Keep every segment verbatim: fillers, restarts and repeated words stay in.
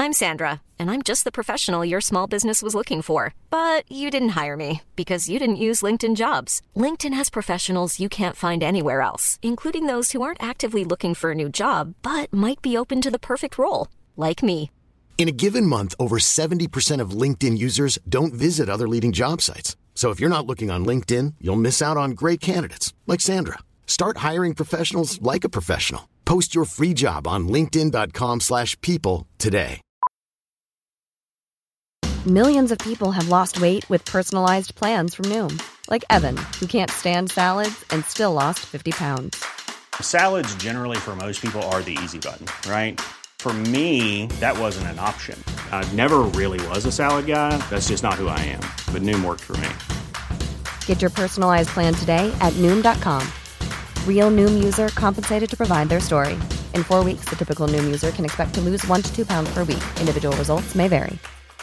I'm Sandra, and I'm just the professional your small business was looking for. But you didn't hire me because you didn't use LinkedIn Jobs. LinkedIn has professionals you can't find anywhere else, including those who aren't actively looking for a new job, but might be open to the perfect role, like me. In a given month, over seventy percent of LinkedIn users don't visit other leading job sites. So if you're not looking on LinkedIn, you'll miss out on great candidates like Sandra. Start hiring professionals like a professional. Post your free job on linkedin.com slash people today. Millions of people have lost weight with personalized plans from Noom. Like Evan, who can't stand salads and still lost fifty pounds. Salads generally for most people are the easy button, right? For me, that wasn't an option. I never really was a salad guy. That's just not who I am. But Noom worked for me. Get your personalized plan today at Noom dot com. Real Noom user compensated to provide their story. In four weeks, the typical Noom user can expect to lose one to two pounds per week. Individual results may vary.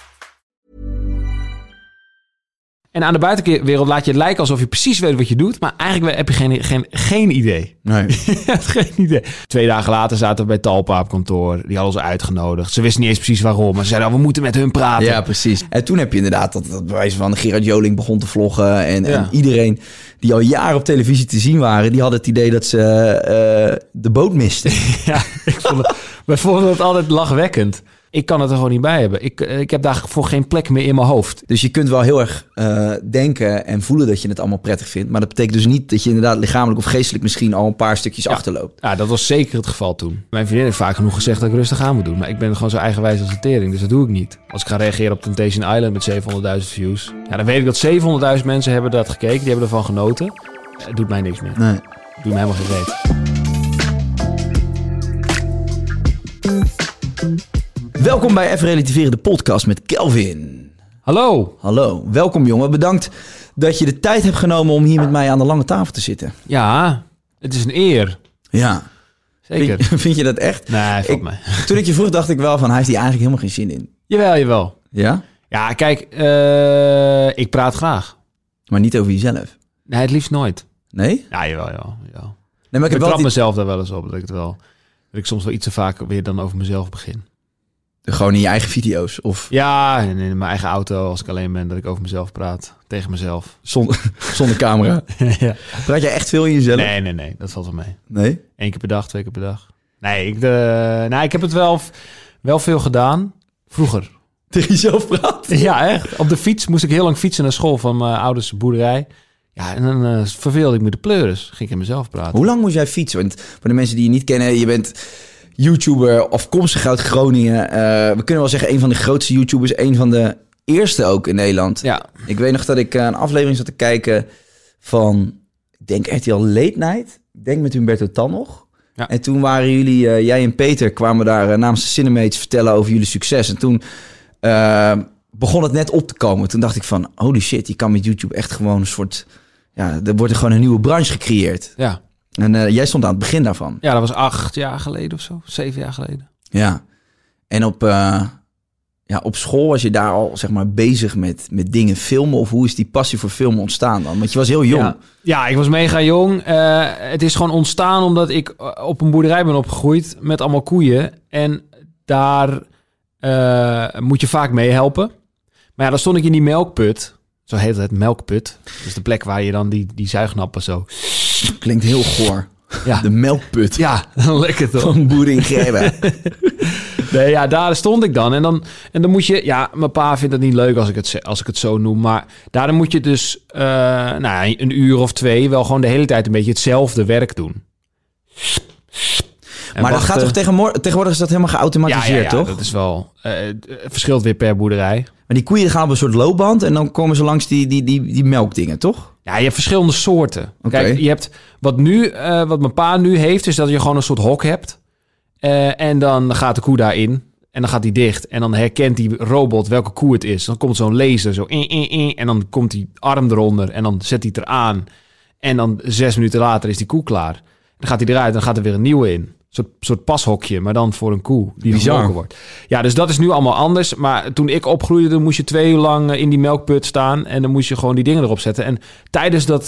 En aan de buitenwereld laat je het lijken alsof je precies weet wat je doet. Maar eigenlijk heb je geen, geen, geen idee. Nee. Je hebt geen idee. Twee dagen later zaten we bij Talpa op kantoor. Die hadden ons uitgenodigd. Ze wisten niet eens precies waarom. Maar ze zeiden, oh, we moeten met hun praten. Ja, precies. En toen heb je inderdaad dat, dat bewijs van Gerard Joling begon te vloggen. En, ja. en iedereen die al jaren op televisie te zien waren, die hadden het idee dat ze uh, de boot misten. Ja, ik vond het, wij vonden het altijd lachwekkend. Ik kan het er gewoon niet bij hebben. Ik, ik heb daarvoor geen plek meer in mijn hoofd. Dus je kunt wel heel erg uh, denken en voelen dat je het allemaal prettig vindt. Maar dat betekent dus niet dat je inderdaad lichamelijk of geestelijk misschien al een paar stukjes ja. achterloopt. Ja, dat was zeker het geval toen. Mijn vriendin heeft vaak genoeg gezegd dat ik rustig aan moet doen. Maar ik ben gewoon zo eigenwijs als de tering, dus dat doe ik niet. Als ik ga reageren op Temptation Island met zevenhonderdduizend views. Ja, dan weet ik dat zevenhonderdduizend mensen hebben dat gekeken. Die hebben ervan genoten. Het doet mij niks meer. Nee. Het doet me helemaal geen reet. Welkom bij Even Relativeren, de podcast met Kelvin. Hallo. Hallo, welkom jongen. Bedankt dat je de tijd hebt genomen om hier met mij aan de lange tafel te zitten. Ja, het is een eer. Ja. Zeker. Vind, vind je dat echt? Nee, valt ik, mij. Toen ik je vroeg, dacht ik wel van, hij heeft hier eigenlijk helemaal geen zin in. Jawel, jawel. Ja? Ja, kijk, uh, ik praat graag. Maar niet over jezelf? Nee, het liefst nooit. Nee? Ja, jawel, jawel. jawel. Nee, maar ik ik trap die... mezelf daar wel eens op. Dat ik, het wel, dat ik soms wel iets te vaak weer dan over mezelf begin. Gewoon in je eigen video's? Of... Ja, in, in mijn eigen auto als ik alleen ben, dat ik over mezelf praat. Tegen mezelf. Zonder, zonder camera? Ja. Praat jij echt veel in jezelf? Nee, nee, nee. Dat valt wel mee. Nee? Eén keer per dag, twee keer per dag. Nee, ik, de, nou, ik heb het wel, wel veel gedaan. Vroeger. Tegen jezelf praten? Ja, echt. Op de fiets moest ik heel lang fietsen naar school van mijn ouders boerderij. Ja, en dan uh, verveelde ik me de pleuris. Ging ik in mezelf praten. Hoe lang moest jij fietsen? Want voor de mensen die je niet kennen, je bent YouTuber, afkomstig uit Groningen. Uh, we kunnen wel zeggen, een van de grootste YouTubers. Een van de eerste ook in Nederland. Ja. Ik weet nog dat ik een aflevering zat te kijken van, ik denk R T L Late Night. Ik denk met Humberto Tan nog. Ja. En toen waren jullie, uh, jij en Peter, kwamen daar uh, namens de Cinemates vertellen over jullie succes. En toen uh, begon het net op te komen. Toen dacht ik van, holy shit, je kan met YouTube echt gewoon een soort... Ja, er wordt er gewoon een nieuwe branche gecreëerd. Ja. En uh, jij stond aan het begin daarvan. Ja, dat was acht jaar geleden of zo. Zeven jaar geleden. Ja. En op, uh, ja, op school was je daar al, zeg maar, bezig met, met dingen filmen? Of hoe is die passie voor filmen ontstaan dan? Want je was heel jong. Ja, ja ik was mega jong. Uh, het is gewoon ontstaan omdat ik op een boerderij ben opgegroeid met allemaal koeien. En daar uh, moet je vaak meehelpen. Maar ja, dan stond ik in die melkput. Zo heet het, melkput. Dus de plek waar je dan die, die zuignappen zo... Klinkt heel goor. Ja. De melkput. Ja, lekker toch? Van boer in Grijpen. Nee, ja, daar stond ik dan. En dan, en dan moet je... Ja, mijn pa vindt het niet leuk als ik het, als ik het zo noem. Maar daar moet je dus uh, nou, een uur of twee... wel gewoon de hele tijd een beetje hetzelfde werk doen. En maar dat wachten. gaat toch tegenwoordig... Tegenwoordig is dat helemaal geautomatiseerd, ja, ja, ja, toch? dat is wel... Uh, het verschilt weer per boerderij. Maar die koeien gaan op een soort loopband... en dan komen ze langs die, die, die, die melkdingen, toch? Ja, je hebt verschillende soorten. Okay. Kijk, je hebt wat nu, uh, wat mijn pa nu heeft, is dat je gewoon een soort hok hebt. Uh, en dan gaat de koe daarin. En dan gaat die dicht. En dan herkent die robot welke koe het is. Dan komt zo'n laser zo. In, in, in, en dan komt die arm eronder. En dan zet hij het eraan. En dan zes minuten later is die koe klaar. Dan gaat hij eruit en dan gaat er weer een nieuwe in. Een soort, soort pashokje, maar dan voor een koe die gemolken wordt. Ja, dus dat is nu allemaal anders. Maar toen ik opgroeide, dan moest je twee uur lang in die melkput staan. En dan moest je gewoon die dingen erop zetten. En tijdens dat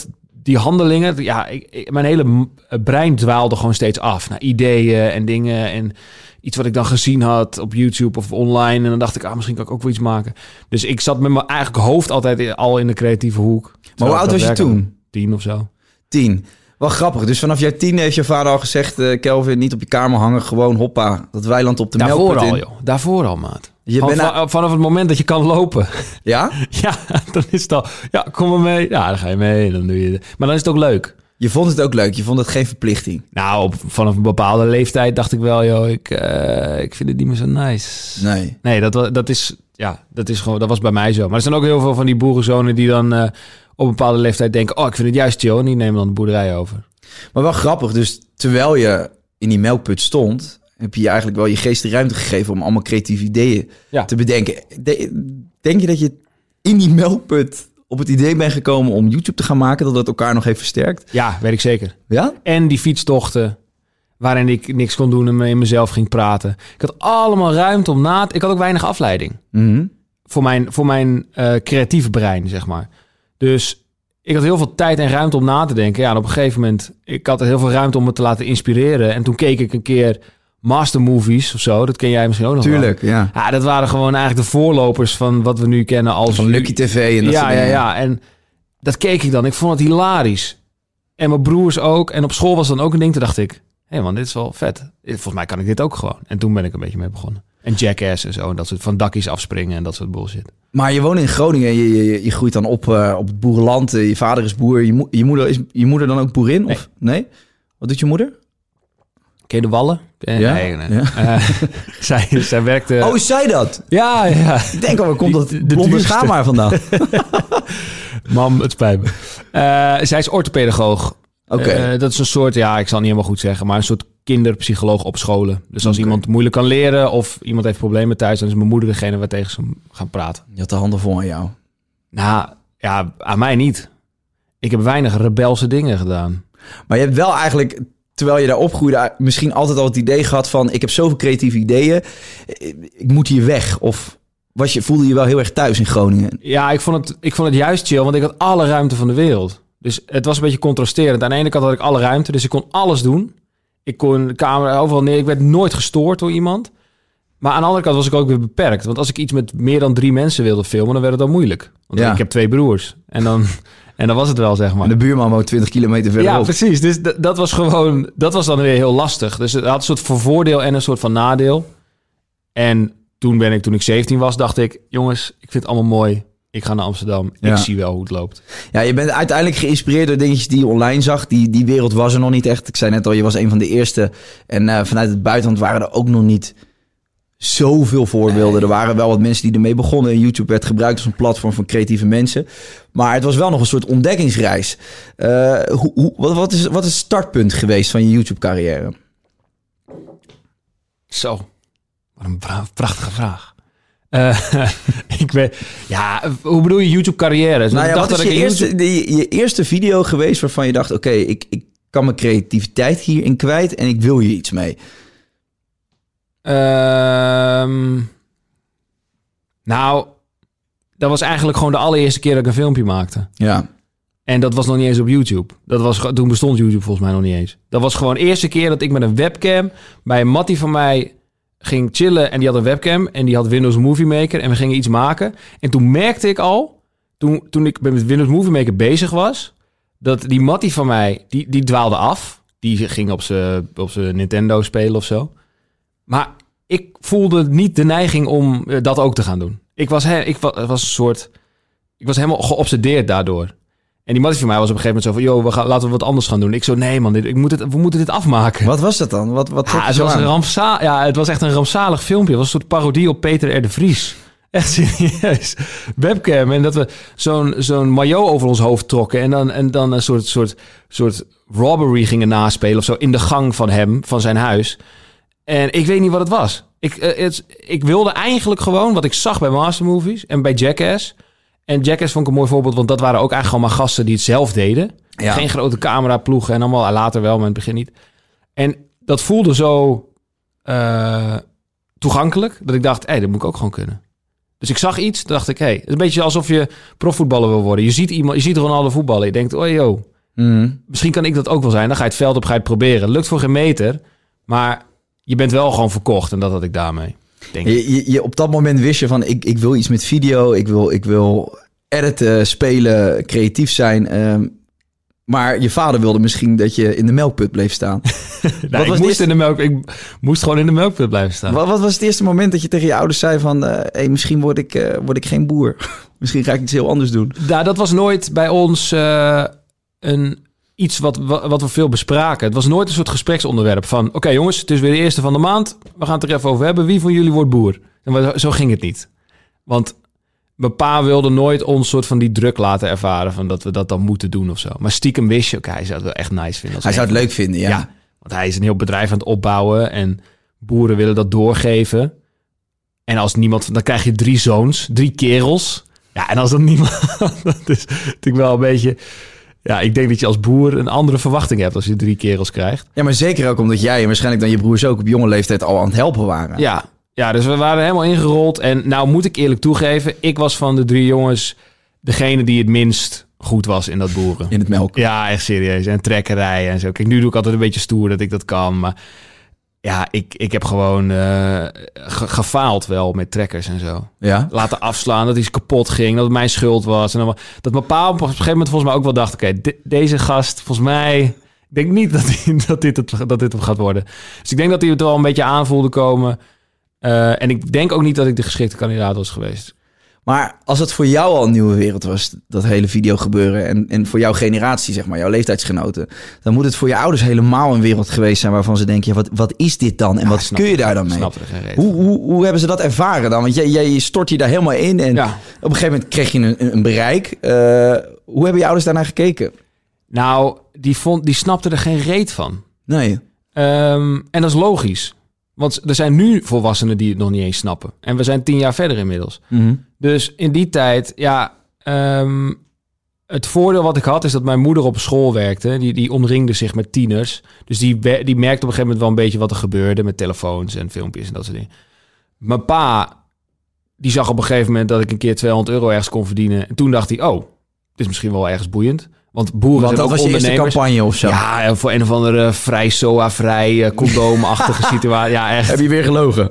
die handelingen, ja, ik, ik, mijn hele brein dwaalde gewoon steeds af naar ideeën en dingen en iets wat ik dan gezien had op YouTube of online. En dan dacht ik, ah, misschien kan ik ook wel iets maken. Dus ik zat met mijn eigen hoofd altijd al in de creatieve hoek. Maar hoe oud was je toen? Tien of zo. Tien. Wel grappig. Dus vanaf jouw tien heeft je vader al gezegd, uh, Kelvin, niet op je kamer hangen, gewoon hoppa, dat weiland op de Daarvoor melkput al, in. joh. Daarvoor al, maat. Je Van, bent van, na... Vanaf het moment dat je kan lopen. Ja? Ja, dan is het al, ja, kom maar mee. Ja, dan ga je mee. Dan doe je het. Maar dan is het ook leuk. Je vond het ook leuk. Je vond het geen verplichting. Nou, op, vanaf een bepaalde leeftijd dacht ik wel, joh, ik, uh, ik vind het niet meer zo nice. Nee. Nee, dat, dat is, ja, dat is gewoon, dat was bij mij zo. Maar er zijn ook heel veel van die boerenzonen die dan uh, op een bepaalde leeftijd denken, oh, ik vind het juist chill. En die nemen dan de boerderij over. Maar wel grappig. Dus terwijl je in die melkput stond, heb je je eigenlijk wel je geest de ruimte gegeven om allemaal creatieve ideeën ja. te bedenken. De, denk je dat je in die melkput op het idee bent gekomen om YouTube te gaan maken, dat dat elkaar nog heeft versterkt? Ja, weet ik zeker. Ja? En die fietstochten, waarin ik niks kon doen en in mezelf ging praten. Ik had allemaal ruimte om na te... Ik had ook weinig afleiding. Mm-hmm. Voor mijn, voor mijn uh, creatieve brein, zeg maar. Dus ik had heel veel tijd en ruimte om na te denken. Ja, en op een gegeven moment... Ik had heel veel ruimte om me te laten inspireren. En toen keek ik een keer mastermovies of zo. Dat ken jij misschien ook nog Tuurlijk, wel. ja. Ja, dat waren gewoon eigenlijk de voorlopers van wat we nu kennen als... Van Lucky T V en dat ja, soort dingen. Ja, ja, en dat keek ik dan. Ik vond het hilarisch. En mijn broers ook. En op school was dan ook een ding. Toen dacht ik, hé hey man, dit is wel vet. Volgens mij kan ik dit ook gewoon. En toen ben ik een beetje mee begonnen. En Jackass en zo. En dat soort van dakjes afspringen en dat soort bullshit. Maar je woont in Groningen. Je, je, je groeit dan op uh, op het boerenland. Je vader is boer. Je, mo- je, moeder, is je moeder dan ook boerin? Nee. Of nee? Wat doet je moeder? Ken je de Wallen? Eh, Ja? Nee, nee. Ja. Uh, zij, zij werkte... Oh, is zij dat? Ja, ja. Ik denk al, waar komt dat Die- de blonde duurste. schaam maar vandaan? Mam, het spijt me. Uh, zij is orthopedagoog. Oké. Uh, dat is een soort, ja, ik zal het niet helemaal goed zeggen, maar een soort kinderpsycholoog op scholen. Dus als Oké. iemand moeilijk kan leren of iemand heeft problemen thuis, dan is mijn moeder degene waar tegen ze gaan praten. Je had de handen vol aan jou. Nou, ja, aan mij niet. Ik heb weinig rebelse dingen gedaan. Maar je hebt wel eigenlijk, terwijl je daar opgroeide, misschien altijd al het idee gehad van, ik heb zoveel creatieve ideeën, ik moet hier weg. Of was je, voelde je wel heel erg thuis in Groningen? Ja, ik vond het, ik vond het juist chill, want ik had alle ruimte van de wereld. Dus het was een beetje contrasterend. Aan de ene kant had ik alle ruimte, dus ik kon alles doen. Ik kon de camera overal neer. Ik werd nooit gestoord door iemand. Maar aan de andere kant was ik ook weer beperkt. Want als ik iets met meer dan drie mensen wilde filmen, dan werd het al moeilijk. Want Ja. ik heb twee broers. En dan, en dan was het wel, zeg maar. En de buurman woont twintig kilometer Ja, verderop. precies. Dus d- dat was gewoon, dat was dan weer heel lastig. Dus het had een soort van voordeel en een soort van nadeel. En toen ben ik, toen ik zeventien was, dacht ik, jongens, ik vind het allemaal mooi. Ik ga naar Amsterdam. Ja. Ik zie wel hoe het loopt. Ja, je bent uiteindelijk geïnspireerd door dingetjes die je online zag. Die, die wereld was er nog niet echt. Ik zei net al, je was een van de eerste. En uh, vanuit het buitenland waren er ook nog niet zoveel voorbeelden. Er waren wel wat mensen die ermee begonnen. En YouTube werd gebruikt als een platform van creatieve mensen. Maar het was wel nog een soort ontdekkingsreis. Uh, hoe, hoe, wat, wat, is, wat is het startpunt geweest van je YouTube-carrière? Zo, wat een bra- prachtige vraag. Uh, ik ben, ja, hoe bedoel je YouTube-carrière? Dus Nou ja, ik dacht wat is dat je, ik eerste, YouTube... de, je eerste video geweest waarvan je dacht, oké, okay, ik, ik kan mijn creativiteit hierin kwijt en ik wil hier iets mee? Um, nou, dat was eigenlijk gewoon de allereerste keer dat ik een filmpje maakte. Ja. En dat was nog niet eens op YouTube. Dat was, toen bestond YouTube volgens mij nog niet eens. Dat was gewoon de eerste keer dat ik met een webcam bij een mattie van mij ging chillen. En die had een webcam en die had Windows Movie Maker. En we gingen iets maken. En toen merkte ik al, toen, toen ik met Windows Movie Maker bezig was, dat die mattie van mij, die, die dwaalde af. Die ging op zijn op zijn Nintendo spelen of zo. Maar ik voelde niet de neiging om dat ook te gaan doen. Ik was, he, ik was, was een soort, ik was helemaal geobsedeerd daardoor. En die mattie van mij was op een gegeven moment zo van, yo, we gaan, laten we wat anders gaan doen. Ik zo, nee man, dit, ik moet het, we moeten dit afmaken. Wat was dat dan? Wat, wat trok Ja, je het zo was aan? een rampza- ja, het was echt een rampzalig filmpje. Het was een soort parodie op Peter R. de Vries. Echt serieus. Webcam. En dat we zo'n, zo'n maillot over ons hoofd trokken. En dan, en dan een soort, soort, soort robbery gingen naspelen of zo. In de gang van hem, van zijn huis. En ik weet niet wat het was. Ik, uh, het, ik wilde eigenlijk gewoon wat ik zag bij Mastermovies en bij Jackass. En Jackass vond ik een mooi voorbeeld, want dat waren ook eigenlijk gewoon maar gasten die het zelf deden. Ja. Geen grote cameraploegen en allemaal, later wel, maar in het begin niet. En dat voelde zo uh, toegankelijk, dat ik dacht, hé, hey, dat moet ik ook gewoon kunnen. Dus ik zag iets, dacht ik, hé, hey, het is een beetje alsof je profvoetballer wil worden. Je ziet iemand, je ziet Ronaldo voetballen, je denkt, oh joh, Mm. Misschien kan ik dat ook wel zijn. Dan ga je het veld op, ga je het proberen. Lukt voor geen meter. Maar je bent wel gewoon verkocht. En dat had ik daarmee. Denk ik. Je, je, je, op dat moment wist je van, ik, ik wil iets met video. Ik wil, ik wil editen, spelen, creatief zijn. Um, maar je vader wilde misschien dat je in de melkput bleef staan. nou, wat ik, was moest eerste... in de melk, ik moest gewoon in de melkput blijven staan. Wat, wat was het eerste moment dat je tegen je ouders zei van... Uh, hey, misschien word ik, uh, word ik geen boer. Misschien ga ik iets heel anders doen. Nou, dat was nooit bij ons uh, een, iets wat, wat we veel bespraken. Het was nooit een soort gespreksonderwerp van... Oké okay, jongens, het is weer de eerste van de maand. We gaan het er even over hebben. Wie van jullie wordt boer? En we, zo ging het niet. Want... Mijn pa wilde nooit ons soort van die druk laten ervaren... van dat we dat dan moeten doen of zo. Maar stiekem wist je, oké, okay, hij zou het wel echt nice vinden. Hij zou het leuk vinden, ja. ja. Want hij is een heel bedrijf aan het opbouwen... en boeren willen dat doorgeven. En als niemand... dan krijg je drie zoons, drie kerels. Ja, en als dat niemand... dat is natuurlijk wel een beetje... Ja, ik denk dat je als boer een andere verwachting hebt... als je drie kerels krijgt. Ja, maar zeker ook omdat jij... en waarschijnlijk dan je broers ook op jonge leeftijd... al aan het helpen waren. Ja. Ja, dus we waren helemaal ingerold. En nou moet ik eerlijk toegeven... ik was van de drie jongens degene die het minst goed was in dat boeren. In het melken. Ja, echt serieus. En trekkerij en zo. Kijk, nu doe ik altijd een beetje stoer dat ik dat kan. Maar ja, ik, ik heb gewoon uh, ge- gefaald wel met trekkers en zo. Ja? Laten afslaan, dat iets kapot ging. Dat het mijn schuld was. En dan, dat mijn pa op een gegeven moment volgens mij ook wel dacht... oké, okay, de, deze gast, volgens mij... ik denk niet dat, die, dat, dit het, dat dit hem gaat worden. Dus ik denk dat hij het wel een beetje aan voelde komen... Uh, en ik denk ook niet dat ik de geschikte kandidaat was geweest. Maar als het voor jou al een nieuwe wereld was, dat hele video gebeuren... en, en voor jouw generatie, zeg maar, jouw leeftijdsgenoten... dan moet het voor je ouders helemaal een wereld geweest zijn... waarvan ze denken, ja, wat, wat is dit dan? En ja, wat kun je daar dan mee? Snap er geen reden. Hoe, hoe, hoe hebben ze dat ervaren dan? Want jij, jij stort je daar helemaal in... en ja. op een gegeven moment kreeg je een, een bereik. Uh, hoe hebben je ouders daarnaar gekeken? Nou, die, vond, die snapten er geen reet van. Nee. Um, en dat is logisch. Want er zijn nu volwassenen die het nog niet eens snappen. En we zijn tien jaar verder inmiddels. Mm-hmm. Dus in die tijd, ja... Um, het voordeel wat ik had, is dat mijn moeder op school werkte. Die, die omringde zich met tieners. Dus die, die merkte op een gegeven moment wel een beetje wat er gebeurde... met telefoons en filmpjes en dat soort dingen. Mijn pa, die zag op een gegeven moment... dat ik een keer tweehonderd euro ergens kon verdienen. En toen dacht hij, oh, dit is misschien wel ergens boeiend... Want boeren Want zijn dat ook was je eerste campagne of zo? Ja, voor een of andere vrij soa-vrij, condoomachtige situatie. Ja, echt. Heb je weer gelogen?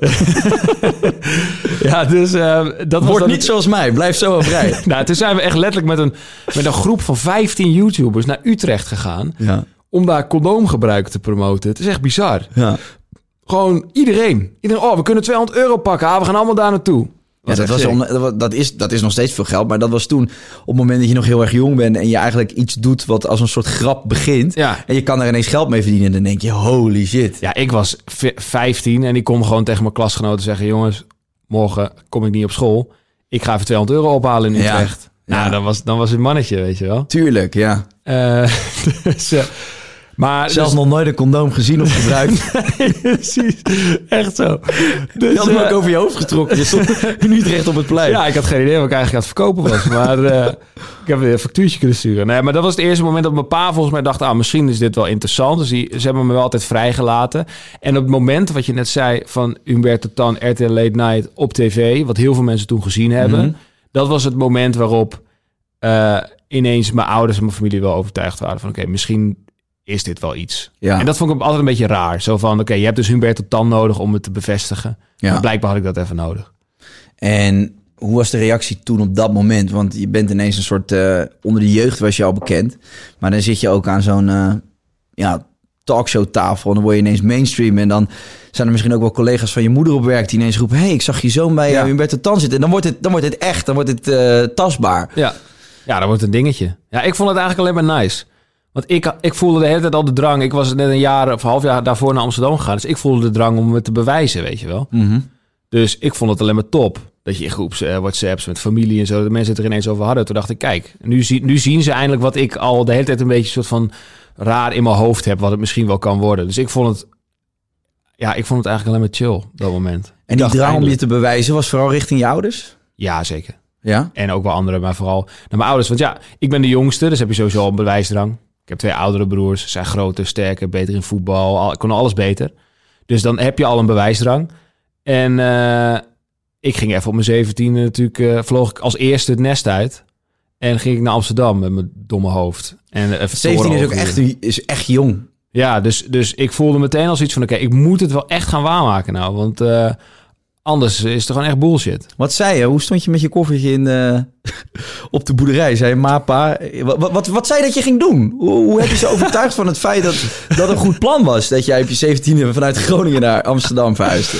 ja, dus uh, dat wordt was niet zoals mij. Blijf soa-vrij. nou, toen zijn we echt letterlijk met een, met een groep van vijftien YouTubers naar Utrecht gegaan. Ja. Om daar condoomgebruik te promoten. Het is echt bizar. Ja. Gewoon iedereen. Iedereen. Oh, we kunnen tweehonderd euro pakken. Ah, we gaan allemaal daar naartoe. Ja, dat, was on, dat, is, dat is nog steeds veel geld. Maar dat was toen op het moment dat je nog heel erg jong bent... en je eigenlijk iets doet wat als een soort grap begint... Ja. en je kan er ineens geld mee verdienen... en dan denk je, holy shit. Ja, ik was vijftien en ik kon gewoon tegen mijn klasgenoten zeggen... jongens, morgen kom ik niet op school. Ik ga even tweehonderd euro ophalen in Utrecht. Ja. Nou, ja. dan, was, dan was het mannetje, weet je wel. Tuurlijk, ja. Uh, dus... Uh, Maar zelfs dus... nog nooit een condoom gezien of gebruikt. nee, precies. Echt zo. Dus, je had hem uh... ook over je hoofd getrokken. Je stond in Utrecht op het plein. Ja, ik had geen idee wat ik eigenlijk aan het verkopen was. Maar uh, ik heb weer een factuurtje kunnen sturen. Nee, maar dat was het eerste moment dat mijn pa volgens mij dacht... ah, misschien is dit wel interessant. Dus die, ze hebben me wel altijd vrijgelaten. En op het moment wat je net zei van Humberto Tan, R T L Late Night op tv... wat heel veel mensen toen gezien hebben... Mm-hmm. Dat was het moment waarop uh, ineens mijn ouders en mijn familie wel overtuigd waren... van oké, okay, misschien... is dit wel iets. Ja. En dat vond ik altijd een beetje raar. Zo van, oké, okay, je hebt dus Humberto Tan nodig om het te bevestigen. Ja. Maar blijkbaar had ik dat even nodig. En hoe was de reactie toen op dat moment? Want je bent ineens een soort... Uh, onder de jeugd was je al bekend. Maar dan zit je ook aan zo'n uh, ja, talkshowtafel... en dan word je ineens mainstream... en dan zijn er misschien ook wel collega's van je moeder op werk... die ineens roepen... hé, hey, ik zag je zoon bij ja. uh, Humberto Tan zitten. En dan wordt het, dan wordt het echt, dan wordt het uh, tastbaar. Ja. ja, dan wordt het een dingetje. Ja, ik vond het eigenlijk alleen maar nice... Want ik, ik voelde de hele tijd al de drang. Ik was net een jaar of een half jaar daarvoor naar Amsterdam gegaan. Dus ik voelde de drang om het te bewijzen, weet je wel. Mm-hmm. Dus ik vond het alleen maar top. Dat je in groeps, uh, WhatsApps met familie en zo... de mensen het er ineens over hadden. Toen dacht ik, kijk, nu, zie, nu zien ze eindelijk wat ik al de hele tijd... een beetje soort van raar in mijn hoofd heb... wat het misschien wel kan worden. Dus ik vond het... Ja, ik vond het eigenlijk alleen maar chill op dat moment. En die drang om je te bewijzen was vooral richting je ouders? Ja, zeker. Ja? En ook wel anderen, maar vooral naar mijn ouders. Want ja, ik ben de jongste, dus heb je sowieso al een bewijsdrang. Ik heb twee oudere broers, ze zijn groter, sterker, beter in voetbal. Al, kon alles beter. Dus dan heb je al een bewijsdrang. En uh, ik ging even op mijn zeventiende natuurlijk... Uh, vloog ik als eerste het nest uit. En ging ik naar Amsterdam met mijn domme hoofd. En even zeventien is ook echt, is echt jong. Ja, dus, dus ik voelde meteen als iets van... Oké, okay, ik moet het wel echt gaan waarmaken nou. Want uh, anders is het gewoon echt bullshit. Wat zei je? Hoe stond je met je koffertje in, uh, op de boerderij? Zei je, ma, pa... Wat, wat, wat zei je dat je ging doen? Hoe, hoe heb je ze overtuigd van het feit dat dat een goed plan was? Dat jij op je zeventiende vanuit Groningen naar Amsterdam verhuisde?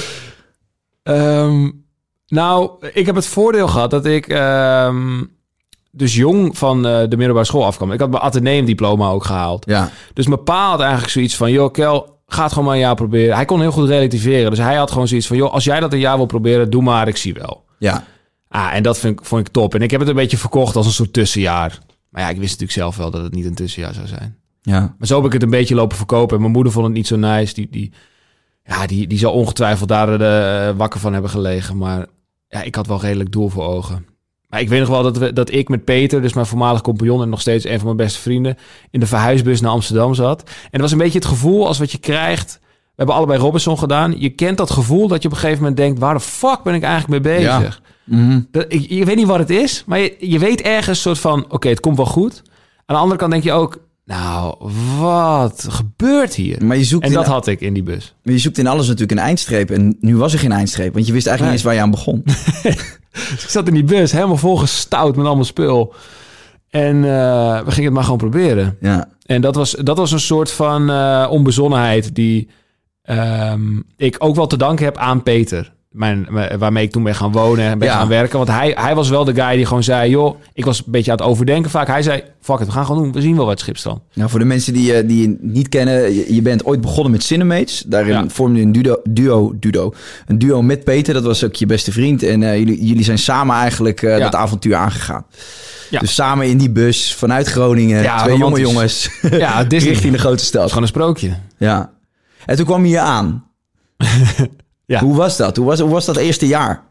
Um, nou, ik heb het voordeel gehad dat ik... Um, dus jong van uh, de middelbare school afkwam. Ik had mijn ateneumdiploma ook gehaald. Ja. Dus mijn pa had eigenlijk zoiets van... joh, Kel, ga het gewoon maar een jaar proberen. Hij kon heel goed relativeren. Dus hij had gewoon zoiets van... joh, als jij dat een jaar wil proberen, doe maar, ik zie wel. Ja. Ah, en dat vind ik, vond ik top. En ik heb het een beetje verkocht als een soort tussenjaar. Maar ja, ik wist natuurlijk zelf wel dat het niet een tussenjaar zou zijn. Ja. Maar zo heb ik het een beetje lopen verkopen. En mijn moeder vond het niet zo nice. Die, die, ja, die, die zou ongetwijfeld daar de, uh, wakker van hebben gelegen. Maar ja, ik had wel redelijk doel voor ogen. Maar ik weet nog wel dat, we, dat ik met Peter, dus mijn voormalig compagnon en nog steeds een van mijn beste vrienden, in de verhuisbus naar Amsterdam zat. En het was een beetje het gevoel als wat je krijgt. We hebben allebei Robinson gedaan. Je kent dat gevoel dat je op een gegeven moment denkt, waar de fuck ben ik eigenlijk mee bezig? Ja. Mm-hmm. Dat, ik, je weet niet wat het is, maar je, je weet ergens soort van, oké, okay, het komt wel goed. Aan de andere kant denk je ook, nou, wat gebeurt hier? Maar je zoekt en dat in, had ik in die bus. Maar je zoekt in alles natuurlijk een eindstreep. En nu was er geen eindstreep, want je wist eigenlijk nee. niet eens waar je aan begon. Dus ik zat in die bus, helemaal volgestouwd met allemaal spul. En uh, we gingen het maar gewoon proberen. Ja. En dat was, dat was een soort van uh, onbezonnenheid die um, ik ook wel te danken heb aan Peter. Mijn, waarmee ik toen ben gaan wonen en ben ja. gaan werken. Want hij, hij was wel de guy die gewoon zei... joh, ik was een beetje aan het overdenken vaak. Hij zei, fuck it, we gaan gewoon doen. We zien wel wat Schipstrand. Nou, voor de mensen die, die je niet kennen... Je, je bent ooit begonnen met Cinemates. Daarin ja. vormde je een duo, duo, duo, een duo met Peter. Dat was ook je beste vriend. En uh, jullie, jullie zijn samen eigenlijk uh, ja. dat avontuur aangegaan. Ja. Dus samen in die bus vanuit Groningen. Ja, twee jonge jongens. Ja, richting de grote stad. Dat is gewoon een sprookje. Ja. En toen kwam je hier aan. Ja. Hoe was dat? Hoe was, hoe was dat eerste jaar?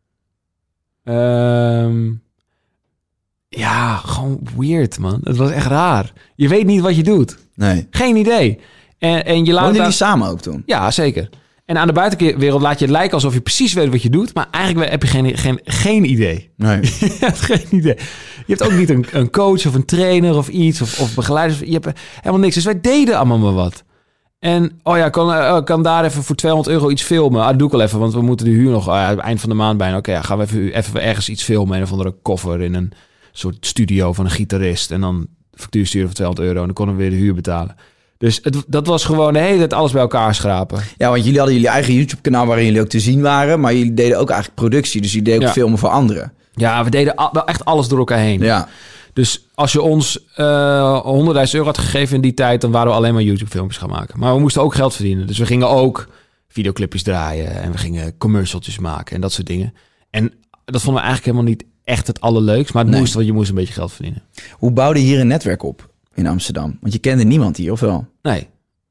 Um, ja, gewoon weird, man. Het was echt raar. Je weet niet wat je doet. Nee. Geen idee. En, en je laat Woonden jullie daar... samen ook toen? Ja, zeker. En aan de buitenwereld laat je het lijken alsof je precies weet wat je doet. Maar eigenlijk heb je geen, geen, geen idee. Nee. Je hebt geen idee. Je hebt ook niet een, een coach of een trainer of iets. Of, of begeleiders. Je hebt helemaal niks. Dus wij deden allemaal maar wat. En, oh ja, kan, uh, kan daar even voor tweehonderd euro iets filmen? Ah, dat doe ik wel even, want we moeten de huur nog... Uh, het eind van de maand bijna. Oké, okay, ja, gaan we even, even ergens iets filmen. En of andere koffer in een soort studio van een gitarist. En dan factuur sturen voor tweehonderd euro. En dan konden we weer de huur betalen. Dus het, dat was gewoon de hele tijd alles bij elkaar schrapen. Ja, want jullie hadden jullie eigen YouTube-kanaal waarin jullie ook te zien waren. Maar jullie deden ook eigenlijk productie. Dus jullie deden ook ja. filmen voor anderen. Ja, we deden al, wel echt alles door elkaar heen. Ja. Dus als je ons uh, honderdduizend euro had gegeven in die tijd... dan waren we alleen maar YouTube-filmpjes gaan maken. Maar we moesten ook geld verdienen. Dus we gingen ook videoclipjes draaien... en we gingen commercialtjes maken en dat soort dingen. En dat vonden we eigenlijk helemaal niet echt het allerleukst... maar het nee. moest, want je moest een beetje geld verdienen. Hoe bouwde je hier een netwerk op in Amsterdam? Want je kende niemand hier, of wel? Nee.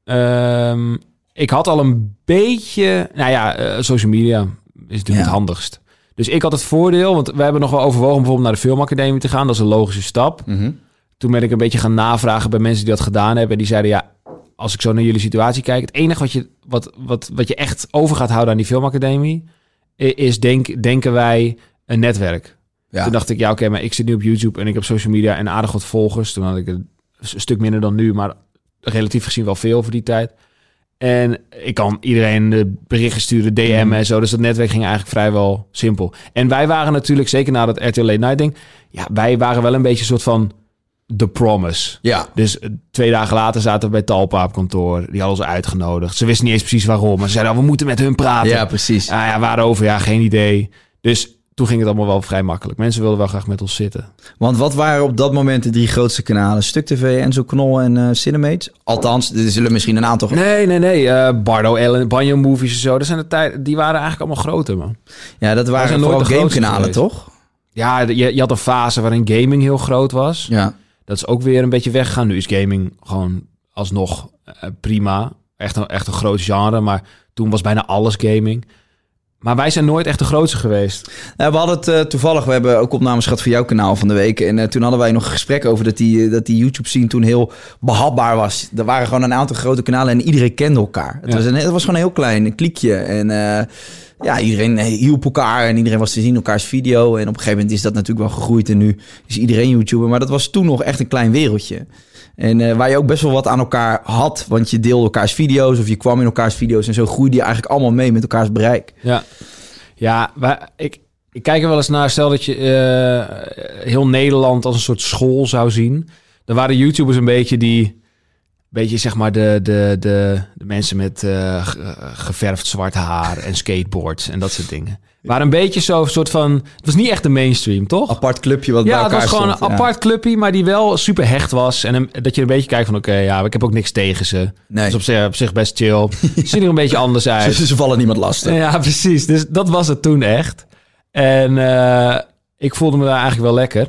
Um, ik had al een beetje... Nou ja, uh, social media is natuurlijk ja. het handigst. Dus ik had het voordeel, want we hebben nog wel overwogen... bijvoorbeeld naar de filmacademie te gaan. Dat is een logische stap. Mm-hmm. Toen ben ik een beetje gaan navragen bij mensen die dat gedaan hebben. En die zeiden, ja, als ik zo naar jullie situatie kijk... het enige wat je, wat, wat, wat je echt over gaat houden aan die filmacademie... is, denk, denken wij, een netwerk. Ja. Toen dacht ik, ja, oké, okay, maar ik zit nu op YouTube... en ik heb social media en aardig wat volgers. Toen had ik een stuk minder dan nu... maar relatief gezien wel veel voor die tijd... En ik kan iedereen de berichten sturen, D M'en mm. en zo. Dus dat netwerk ging eigenlijk vrijwel simpel. En wij waren natuurlijk, zeker na dat R T L Late Night ding... ja, wij waren wel een beetje een soort van The Promise. Ja. Dus twee dagen later zaten we bij Talpa op kantoor. Die hadden ons uitgenodigd. Ze wisten niet eens precies waarom. Maar ze zeiden, oh, we moeten met hun praten. Ja, precies. Ah, ja, waarover? Ja, geen idee. Dus toen ging het allemaal wel vrij makkelijk. Mensen wilden wel graag met ons zitten. Want wat waren op dat moment de drie grootste kanalen? Stuk T V, Enzo Knol en uh, Cinemates? Althans, er zullen misschien een aantal... Nee, nee, nee. Uh, Bardo, Ellen, Banjo Movies en zo. Dat zijn de tijd, die waren eigenlijk allemaal groter, man. Ja, dat waren vooral gamekanalen, toch? Ja, je, je had een fase waarin gaming heel groot was. Ja. Dat is ook weer een beetje weggegaan. Nu is gaming gewoon alsnog uh, prima. Echt een, echt een groot genre. Maar toen was bijna alles gaming. Maar wij zijn nooit echt de grootste geweest. Nou, we hadden het uh, toevallig, we hebben ook opnames gehad voor jouw kanaal van de week. En uh, toen hadden wij nog een gesprek over dat die, dat die YouTube-scene toen heel behapbaar was. Er waren gewoon een aantal grote kanalen en iedereen kende elkaar. Het, ja. was, een, het was gewoon een heel klein kliekje. En uh, ja, iedereen hielp elkaar en iedereen was te zien elkaars video. En op een gegeven moment is dat natuurlijk wel gegroeid en nu is iedereen YouTuber. Maar dat was toen nog echt een klein wereldje. En uh, waar je ook best wel wat aan elkaar had, want je deelde elkaars video's of je kwam in elkaars video's en zo groeide je eigenlijk allemaal mee met elkaars bereik. Ja, ja maar ik, ik kijk er wel eens naar, stel dat je uh, heel Nederland als een soort school zou zien. Dan waren YouTubers een beetje die... Beetje zeg maar de, de, de, de mensen met uh, geverfd zwart haar en skateboards en dat soort dingen. Maar een beetje zo soort van... Het was niet echt de mainstream, toch? Apart clubje wat ja, bij elkaar het was gewoon stond, een ja. apart clubje, maar die wel super hecht was. En een, dat je een beetje kijkt van, oké, okay, ja, ik heb ook niks tegen ze. Nee. Dus op zich, op zich best chill. Ze zien er een beetje anders uit. Ze, ze vallen niemand lastig. Ja, precies. Dus dat was het toen echt. En uh, ik voelde me daar eigenlijk wel lekker.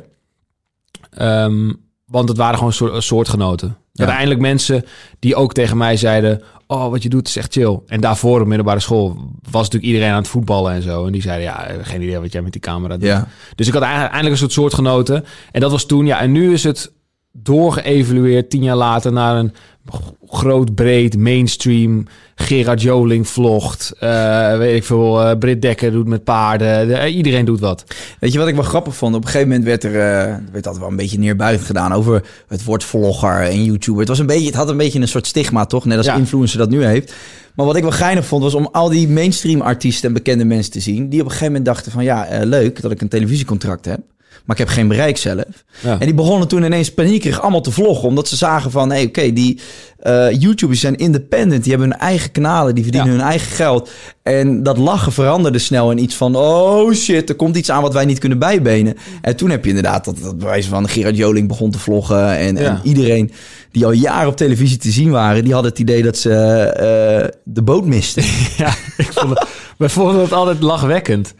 Um, want het waren gewoon soort, soortgenoten. Ja. Uiteindelijk mensen die ook tegen mij zeiden... oh, wat je doet is echt chill. En daarvoor op middelbare school was natuurlijk iedereen aan het voetballen en zo. En die zeiden, ja, geen idee wat jij met die camera doet. Ja. Dus ik had eindelijk een soort soortgenoten. En dat was toen, ja. En nu is het doorgeëvalueerd tien jaar later naar een groot, breed, mainstream... Gerard Joling vlogt, uh, weet ik veel, uh, Britt Dekker doet met paarden. De, uh, iedereen doet wat. Weet je wat ik wel grappig vond? Op een gegeven moment werd er uh, werd dat wel een beetje neerbuigend gedaan over het woord vlogger en YouTuber. Het was een beetje, het had een beetje een soort stigma, toch? Net als ja. influencer dat nu heeft. Maar wat ik wel geinig vond, was om al die mainstream artiesten en bekende mensen te zien, die op een gegeven moment dachten van, ja, uh, leuk dat ik een televisiecontract heb. Maar ik heb geen bereik zelf. Ja. En die begonnen toen ineens paniekerig allemaal te vloggen. Omdat ze zagen van, hé, hey, oké, okay, die uh, YouTubers zijn independent. Die hebben hun eigen kanalen, die verdienen ja. hun eigen geld. En dat lachen veranderde snel in iets van... oh shit, er komt iets aan wat wij niet kunnen bijbenen. En toen heb je inderdaad dat, dat bewijs van Gerard Joling begon te vloggen. En, ja. en iedereen die al jaren op televisie te zien waren... die had het idee dat ze uh, de boot misten. Ja, ik vond het, wij vonden het altijd lachwekkend.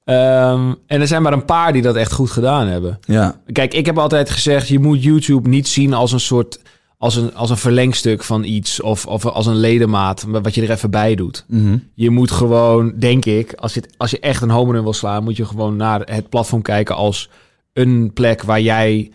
Um, en er zijn maar een paar die dat echt goed gedaan hebben. Ja. Kijk, ik heb altijd gezegd... je moet YouTube niet zien als een soort... als een, als een verlengstuk van iets... Of, of als een ledemaat wat je er even bij doet. Mm-hmm. Je moet gewoon, denk ik... als je, als je echt een home run wil slaan... moet je gewoon naar het platform kijken... als een plek waar jij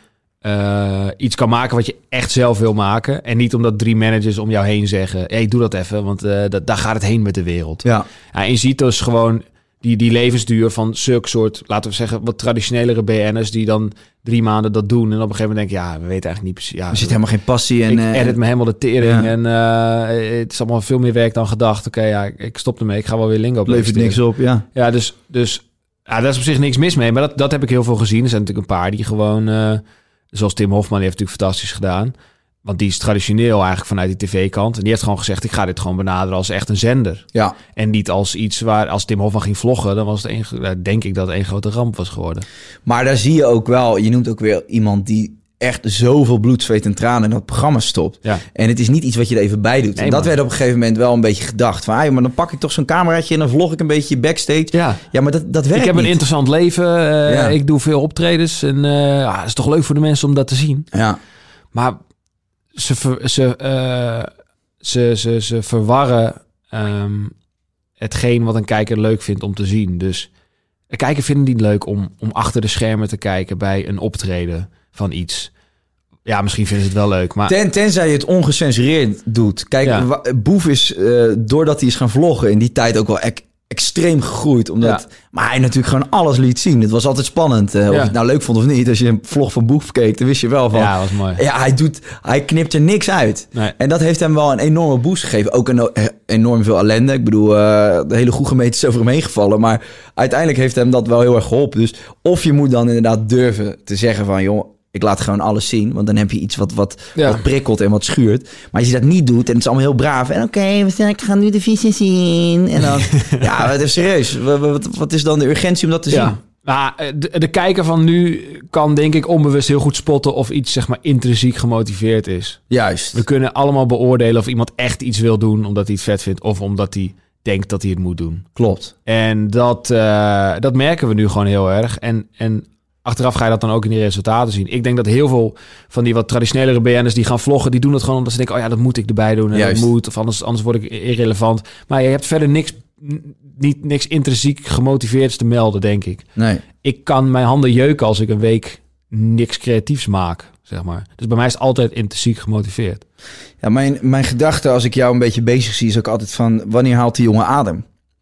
uh, iets kan maken... wat je echt zelf wil maken. En niet omdat drie managers om jou heen zeggen... hey, doe dat even, want uh, dat, daar gaat het heen met de wereld. Ja. Ja, en je ziet dus gewoon... Die, die levensduur van zulke soort, laten we zeggen, wat traditionelere B N'ers... die dan drie maanden dat doen. En op een gegeven moment denk je, ja, we weten eigenlijk niet precies... Ja, er zit helemaal geen passie in. Ik edit me helemaal de tering. Ja. En uh, het is allemaal veel meer werk dan gedacht. Oké, okay, ja, ik stop ermee. Ik ga wel weer Lingo op. Levert niks op, ja. Ja, dus, dus ja, daar is op zich niks mis mee. Maar dat, dat heb ik heel veel gezien. Er zijn natuurlijk een paar die gewoon... Uh, zoals Tim Hofman, die heeft natuurlijk fantastisch gedaan... Want die is traditioneel eigenlijk vanuit die tv-kant. En die heeft gewoon gezegd, ik ga dit gewoon benaderen als echt een zender. Ja. En niet als iets waar, als Tim Hofman ging vloggen... dan was het een, denk ik dat het een grote ramp was geworden. Maar daar zie je ook wel, je noemt ook weer iemand die echt zoveel bloed, zweet en tranen in dat programma stopt. Ja. En het is niet iets wat je er even bij doet. Nee, en dat man. werd op een gegeven moment wel een beetje gedacht. Van, ah, maar dan pak ik toch zo'n cameraatje en dan vlog ik een beetje backstage. Ja, ja maar dat, dat werkt Ik heb niet. een interessant leven. Uh, ja. Ik doe veel optredens. En uh, ja, het is toch leuk voor de mensen om dat te zien. Ja. Maar... Ze, ver, ze, uh, ze, ze, ze verwarren um, hetgeen wat een kijker leuk vindt om te zien. Dus een kijker vindt het niet leuk om, om achter de schermen te kijken bij een optreden van iets. Ja, misschien vinden ze het wel leuk, maar... Ten, tenzij je het ongecensureerd doet. Kijk, ja. Boef is, uh, doordat hij is gaan vloggen in die tijd ook wel... Ek, extreem gegroeid, omdat... Ja. Maar hij natuurlijk gewoon alles liet zien. Het was altijd spannend. Uh, of ja. je het nou leuk vond of niet. Als je een vlog van Boef keek, dan wist je wel van... Ja, was mooi. Ja, hij, doet, hij knipt er niks uit. Nee. En dat heeft hem wel een enorme boost gegeven. Ook een, enorm veel ellende. Ik bedoel, uh, de hele goede gemeente is over hem heen gevallen. Maar uiteindelijk heeft hem dat wel heel erg geholpen. Dus of je moet dan inderdaad durven te zeggen van... joh, ik laat gewoon alles zien, want dan heb je iets wat, wat, ja. wat prikkelt en wat schuurt. Maar als je dat niet doet en het is allemaal heel braaf... en oké, okay, we gaan nu de visie zien. En dan, ja, wat is serieus? Wat, wat is dan de urgentie om dat te ja. zien? Nou, de, de kijker van nu kan denk ik onbewust heel goed spotten... of iets zeg maar intrinsiek gemotiveerd is. Juist. We kunnen allemaal beoordelen of iemand echt iets wil doen... omdat hij het vet vindt of omdat hij denkt dat hij het moet doen. Klopt. En dat, uh, dat merken we nu gewoon heel erg. En... en achteraf ga je dat dan ook in die resultaten zien. Ik denk dat heel veel van die wat traditionelere B N'ers die gaan vloggen... die doen het gewoon omdat ze denken... oh ja, dat moet ik erbij doen en Juist. dat moet... of anders, anders word ik irrelevant. Maar je hebt verder niks, niet, niks intrinsiek gemotiveerds te melden, denk ik. Nee. Ik kan mijn handen jeuken als ik een week niks creatiefs maak, zeg maar. Dus bij mij is het altijd intrinsiek gemotiveerd. Ja, mijn, mijn gedachte als ik jou een beetje bezig zie... is ook altijd van... wanneer haalt die jongen adem?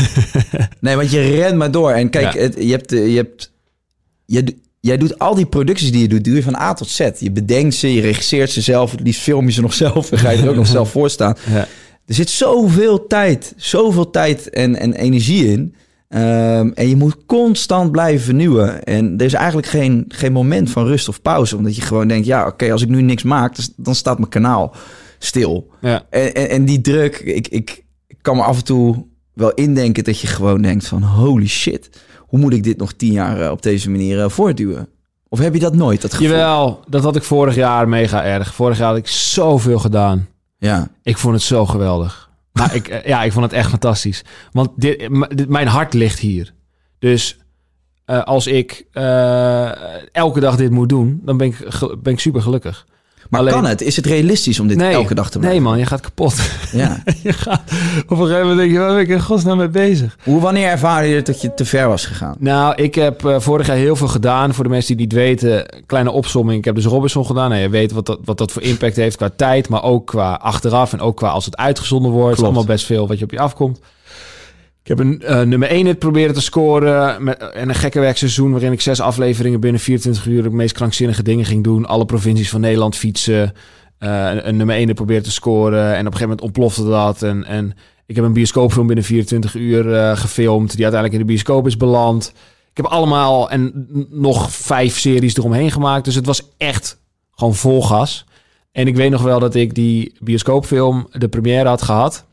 Nee, want je rent maar door. En kijk, Ja. het, je hebt... Je hebt je, Jij doet al die producties die je doet, doe je van A tot Z. Je bedenkt ze, je regisseert ze zelf. Het liefst film je ze nog zelf en ga je er ook nog zelf voor staan. Ja. Er zit zoveel tijd, zoveel tijd en, en energie in. Um, en je moet constant blijven vernieuwen. En er is eigenlijk geen, geen moment van rust of pauze. Omdat je gewoon denkt, ja, oké, okay, als ik nu niks maak, dan staat mijn kanaal stil. Ja. En, en, en die druk, ik, ik, ik kan me af en toe wel indenken dat je gewoon denkt van, holy shit, hoe moet ik dit nog tien jaar uh, op deze manier uh, voortduwen? Of heb je dat nooit, dat gevoel? Jawel, dat had ik vorig jaar mega erg. Vorig jaar had ik zoveel gedaan. Ja. Ik vond het zo geweldig. Maar ik, ja, ik vond het echt fantastisch. Want dit, m- mijn hart ligt hier. Dus uh, als ik uh, elke dag dit moet doen, dan ben ik, ge- ben ik super gelukkig. Maar Alleen, kan het? Is het realistisch om dit nee, elke dag te maken? Nee man, je gaat kapot. Ja. je gaat, op een gegeven moment denk je, waar ben ik in godsnaam mee bezig? Hoe, wanneer ervaarde je dat je te ver was gegaan? Nou, ik heb uh, vorig jaar heel veel gedaan. Voor de mensen die het niet weten, kleine opsomming. Ik heb dus Robinson gedaan. Nou, je weet wat dat, wat dat voor impact heeft qua tijd, maar ook qua achteraf en ook qua als het uitgezonden wordt. Het is allemaal best veel wat je op je afkomt. Ik heb een uh, nummer één hit proberen te scoren. Met, en een gekke werkseizoen waarin ik zes afleveringen binnen vierentwintig uur de meest krankzinnige dingen ging doen. Alle provincies van Nederland fietsen. Uh, een, een nummer één hit proberen te scoren. En op een gegeven moment ontplofte dat. En, en ik heb een bioscoopfilm binnen vierentwintig uur uh, gefilmd. Die uiteindelijk in de bioscoop is beland. Ik heb allemaal en nog vijf series eromheen gemaakt. Dus het was echt gewoon vol gas. En ik weet nog wel dat ik die bioscoopfilm de première had gehad.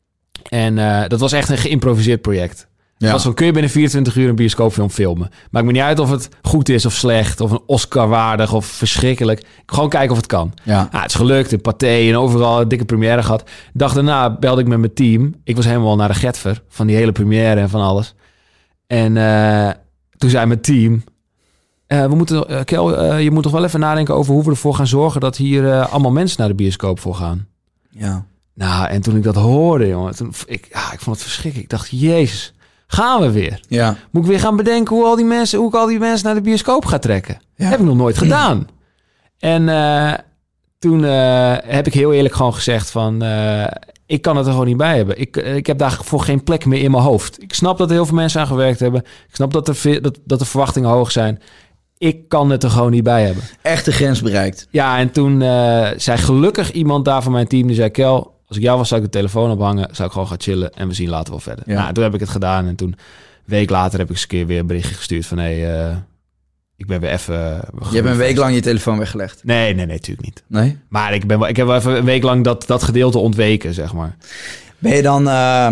En uh, dat was echt een geïmproviseerd project. Ja. Het was van, kun je binnen vierentwintig uur een bioscoopfilm filmen? Maakt me niet uit of het goed is of slecht, of een Oscar-waardig of verschrikkelijk. Gewoon kijken of het kan. Ja. Ja, het is gelukt, in Pathé en overal een dikke première gehad. Dag daarna belde ik met mijn team. Ik was helemaal naar de getver van die hele première en van alles. En uh, toen zei mijn team, Uh, we moeten, uh, Kel, uh, je moet toch wel even nadenken over hoe we ervoor gaan zorgen dat hier uh, allemaal mensen naar de bioscoop voor gaan. Ja. Nou, en toen ik dat hoorde, jongen, toen, ik, ja, ik vond het verschrikkelijk. Ik dacht, jezus, gaan we weer? Ja. Moet ik weer gaan bedenken hoe, al die mensen, hoe ik al die mensen naar de bioscoop ga trekken? Ja. Heb ik nog nooit gedaan. En uh, toen uh, heb ik heel eerlijk gewoon gezegd van, uh, ik kan het er gewoon niet bij hebben. Ik, ik heb daar voor geen plek meer in mijn hoofd. Ik snap dat er heel veel mensen aan gewerkt hebben. Ik snap dat, er, dat, dat de verwachtingen hoog zijn. Ik kan het er gewoon niet bij hebben. Echt de grens bereikt. Ja, en toen uh, zei gelukkig iemand daar van mijn team, die zei, Kel, als ik jou was, zou ik de telefoon ophangen, zou ik gewoon gaan chillen en we zien later wel verder. Ja. Nou, toen heb ik het gedaan en toen, een week later, heb ik eens een keer weer een berichtje gestuurd van, hé, hey, uh, ik ben weer even... Uh, je hebt een week lang je telefoon weggelegd? Nee, nee, nee, natuurlijk niet. Nee? Maar ik, ben wel, ik heb wel even een week lang dat, dat gedeelte ontweken, zeg maar. Ben je dan... Uh...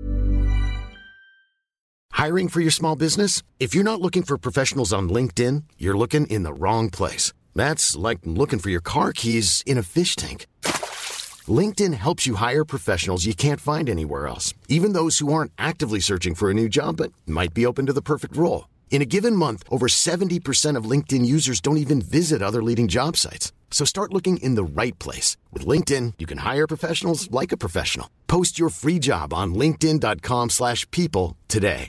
Hiring for your small business? If you're not looking for professionals on LinkedIn, you're looking in the wrong place. That's like looking for your car keys in a fish tank. LinkedIn helps you hire professionals you can't find anywhere else, even those who aren't actively searching for a new job but might be open to the perfect role. In a given month, over seventy percent of LinkedIn users don't even visit other leading job sites. So start looking in the right place. With LinkedIn, you can hire professionals like a professional. Post your free job on linkedin.com slash people today.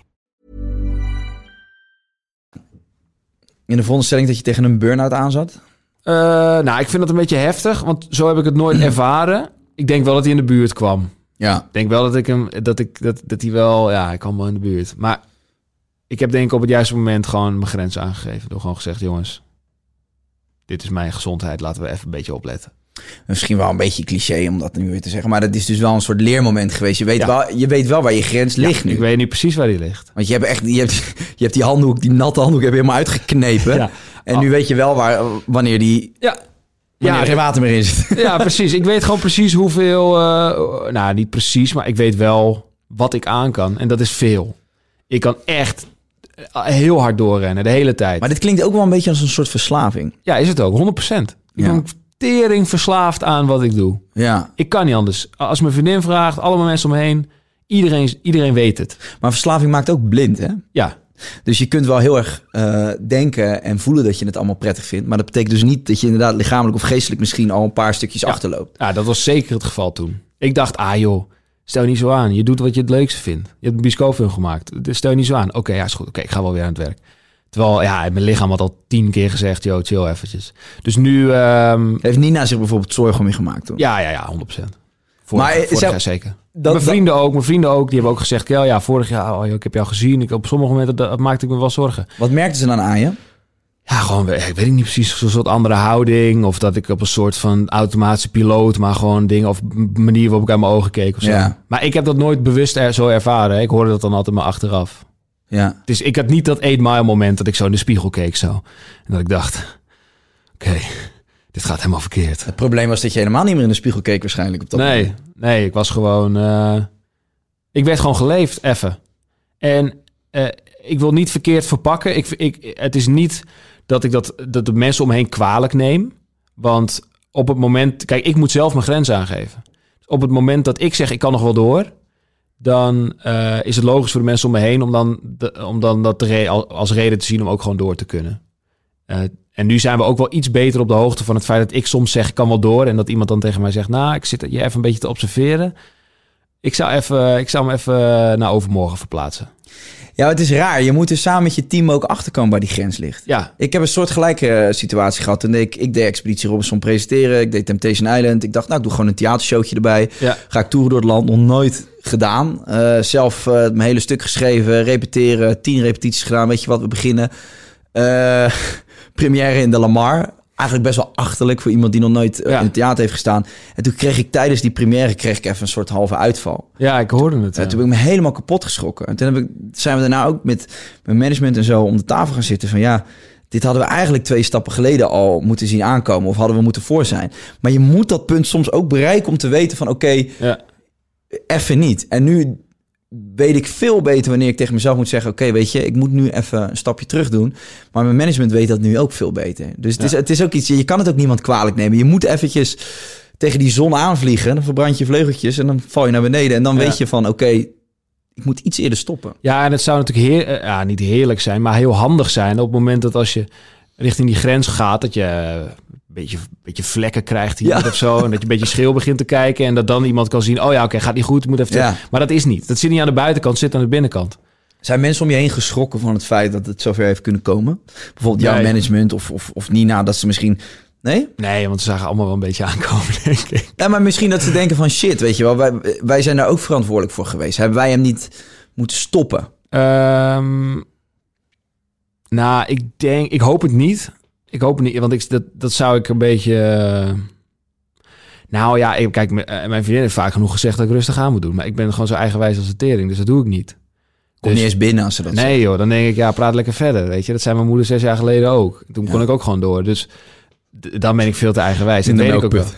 In de veronderstelling dat je tegen een burn-out aan zat? Uh, nou, ik vind dat een beetje heftig, want zo heb ik het nooit ervaren. Ik denk wel dat hij in de buurt kwam. Ja. Ik denk wel dat ik hem, dat ik, dat, dat hij wel, ja, hij kwam wel in de buurt. Maar ik heb denk ik op het juiste moment gewoon mijn grens aangegeven. Door gewoon gezegd, jongens, dit is mijn gezondheid, laten we even een beetje opletten. Misschien wel een beetje cliché om dat nu weer te zeggen, maar dat is dus wel een soort leermoment geweest. Je weet, ja. wel, je weet wel waar je grens ja, ligt nu. Ik weet niet precies waar die ligt. Want je hebt echt, je hebt, je hebt die handdoek, die natte handdoek, heb je helemaal uitgeknepen. Ja. En oh. nu weet je wel waar, wanneer die, ja. wanneer ja, er geen water meer in zit. Ja, precies. Ik weet gewoon precies hoeveel, uh, nou niet precies, maar ik weet wel wat ik aan kan. En dat is veel. Ik kan echt heel hard doorrennen, de hele tijd. Maar dit klinkt ook wel een beetje als een soort verslaving. Ja, is het ook, honderd procent. Ik ja. ben tering verslaafd aan wat ik doe. Ja. Ik kan niet anders. Als mijn vriendin vraagt, allemaal mensen om me heen, iedereen, iedereen weet het. Maar verslaving maakt ook blind, hè? Ja. Dus je kunt wel heel erg uh, denken en voelen dat je het allemaal prettig vindt. Maar dat betekent dus niet dat je inderdaad lichamelijk of geestelijk misschien al een paar stukjes ja. achterloopt. Ja, dat was zeker het geval toen. Ik dacht, ah joh, stel je niet zo aan. Je doet wat je het leukste vindt. Je hebt een bioscoopfilm gemaakt. Dus stel je niet zo aan. Oké, okay, ja, is goed. Oké, okay, ik ga wel weer aan het werk. Terwijl, ja, mijn lichaam had al tien keer gezegd, joh, chill eventjes. Dus nu... Um... Heeft Nina zich bijvoorbeeld zorgen om je gemaakt toen? Ja, ja, ja, honderd procent. Vorig, Maar, vorig zou, jaar zeker. Dat, mijn vrienden ook, mijn vrienden ook, die hebben ook gezegd... Ja, ja vorig jaar, oh, ik heb jou gezien. Ik, op sommige momenten dat, dat maakte ik me wel zorgen. Wat merkten ze dan aan je? Ja, gewoon, ik weet niet precies, zo'n soort andere houding. Of dat ik op een soort van automatische piloot... maar gewoon dingen of manier waarop ik uit mijn ogen keek of zo. Ja. Maar ik heb dat nooit bewust er, zo ervaren. Ik hoorde dat dan altijd maar achteraf. Ja. Dus ik had niet dat eight mile moment dat ik zo in de spiegel keek zo. En dat ik dacht, oké, okay, dit gaat helemaal verkeerd. Het probleem was dat je helemaal niet meer in de spiegel keek waarschijnlijk. Op dat nee, moment. nee, ik was gewoon... Uh, ik werd gewoon geleefd, even. En uh, ik wil niet verkeerd verpakken. Ik, ik, het is niet dat ik dat, dat de mensen om me heen kwalijk neem. Want op het moment... Kijk, ik moet zelf mijn grens aangeven. Op het moment dat ik zeg, ik kan nog wel door... dan uh, is het logisch voor de mensen om me heen... om dan, de, om dan dat re- als reden te zien om ook gewoon door te kunnen. Uh, en nu zijn we ook wel iets beter op de hoogte van het feit... dat ik soms zeg, ik kan wel door... en dat iemand dan tegen mij zegt... nou, ik zit je even een beetje te observeren. Ik zou, even, ik zou hem even naar overmorgen verplaatsen. Ja, het is raar. Je moet er samen met je team ook achterkomen waar die grens ligt. Ja. Ik heb een soortgelijke situatie gehad. Toen ik, ik deed Expeditie Robinson presenteren. Ik deed Temptation Island. Ik dacht, nou, ik doe gewoon een theatershowtje erbij. Ja. Ga ik toeren door het land. Nog nooit gedaan. Uh, zelf uh, mijn hele stuk geschreven. Repeteren. Tien repetities gedaan. Weet je wat, we beginnen. Uh, première in de Lamar. Eigenlijk best wel achterlijk voor iemand die nog nooit ja. in het theater heeft gestaan. En toen kreeg ik tijdens die première kreeg ik even een soort halve uitval. Ja, ik hoorde het. Ja. Ja. Toen ben ik me helemaal kapot geschrokken. En toen heb ik, zijn we daarna ook met mijn management en zo om de tafel gaan zitten van ja, dit hadden we eigenlijk twee stappen geleden al moeten zien aankomen of hadden we moeten voor zijn. Maar je moet dat punt soms ook bereiken om te weten van oké, okay, ja. even niet. En nu weet ik veel beter wanneer ik tegen mezelf moet zeggen... oké, okay, weet je, ik moet nu even een stapje terug doen. Maar mijn management weet dat nu ook veel beter. Dus het, ja. is, het is ook iets... Je kan het ook niemand kwalijk nemen. Je moet eventjes tegen die zon aanvliegen. Dan verbrand je vleugeltjes en dan val je naar beneden. En dan ja. weet je van, oké, okay, ik moet iets eerder stoppen. Ja, en het zou natuurlijk heer, ja, niet heerlijk zijn... maar heel handig zijn op het moment dat als je richting die grens gaat... dat je... Beetje, beetje vlekken krijgt hier ja. of zo. En dat je een beetje scheel begint te kijken. En dat dan iemand kan zien... oh ja, oké, okay, gaat niet goed. Moet even ja. Maar dat is niet. Dat zit niet aan de buitenkant, het zit aan de binnenkant. Zijn mensen om je heen geschrokken van het feit dat het zover heeft kunnen komen? Bijvoorbeeld jouw nee. management of, of, of Nina, dat ze misschien... Nee? Nee, want ze zagen allemaal wel een beetje aankomen, denk ik. Ja, maar misschien dat ze denken van shit, weet je wel. Wij, wij zijn daar ook verantwoordelijk voor geweest. Hebben wij hem niet moeten stoppen? Um, nou, ik denk... Ik hoop het niet... Ik hoop niet, want ik, dat, dat zou ik een beetje... Uh... Nou ja, ik, kijk, mijn vriendin heeft vaak genoeg gezegd dat ik rustig aan moet doen. Maar ik ben gewoon zo eigenwijs als de tering, dus dat doe ik niet. Kom dus, niet eens binnen als ze dat Nee zeggen. joh, dan denk ik, ja, praat lekker verder, weet je. Dat zei mijn moeder zes jaar geleden ook. Toen ja. kon ik ook gewoon door, dus d- dan ben ik veel te eigenwijs. En dat weet ik ook wel.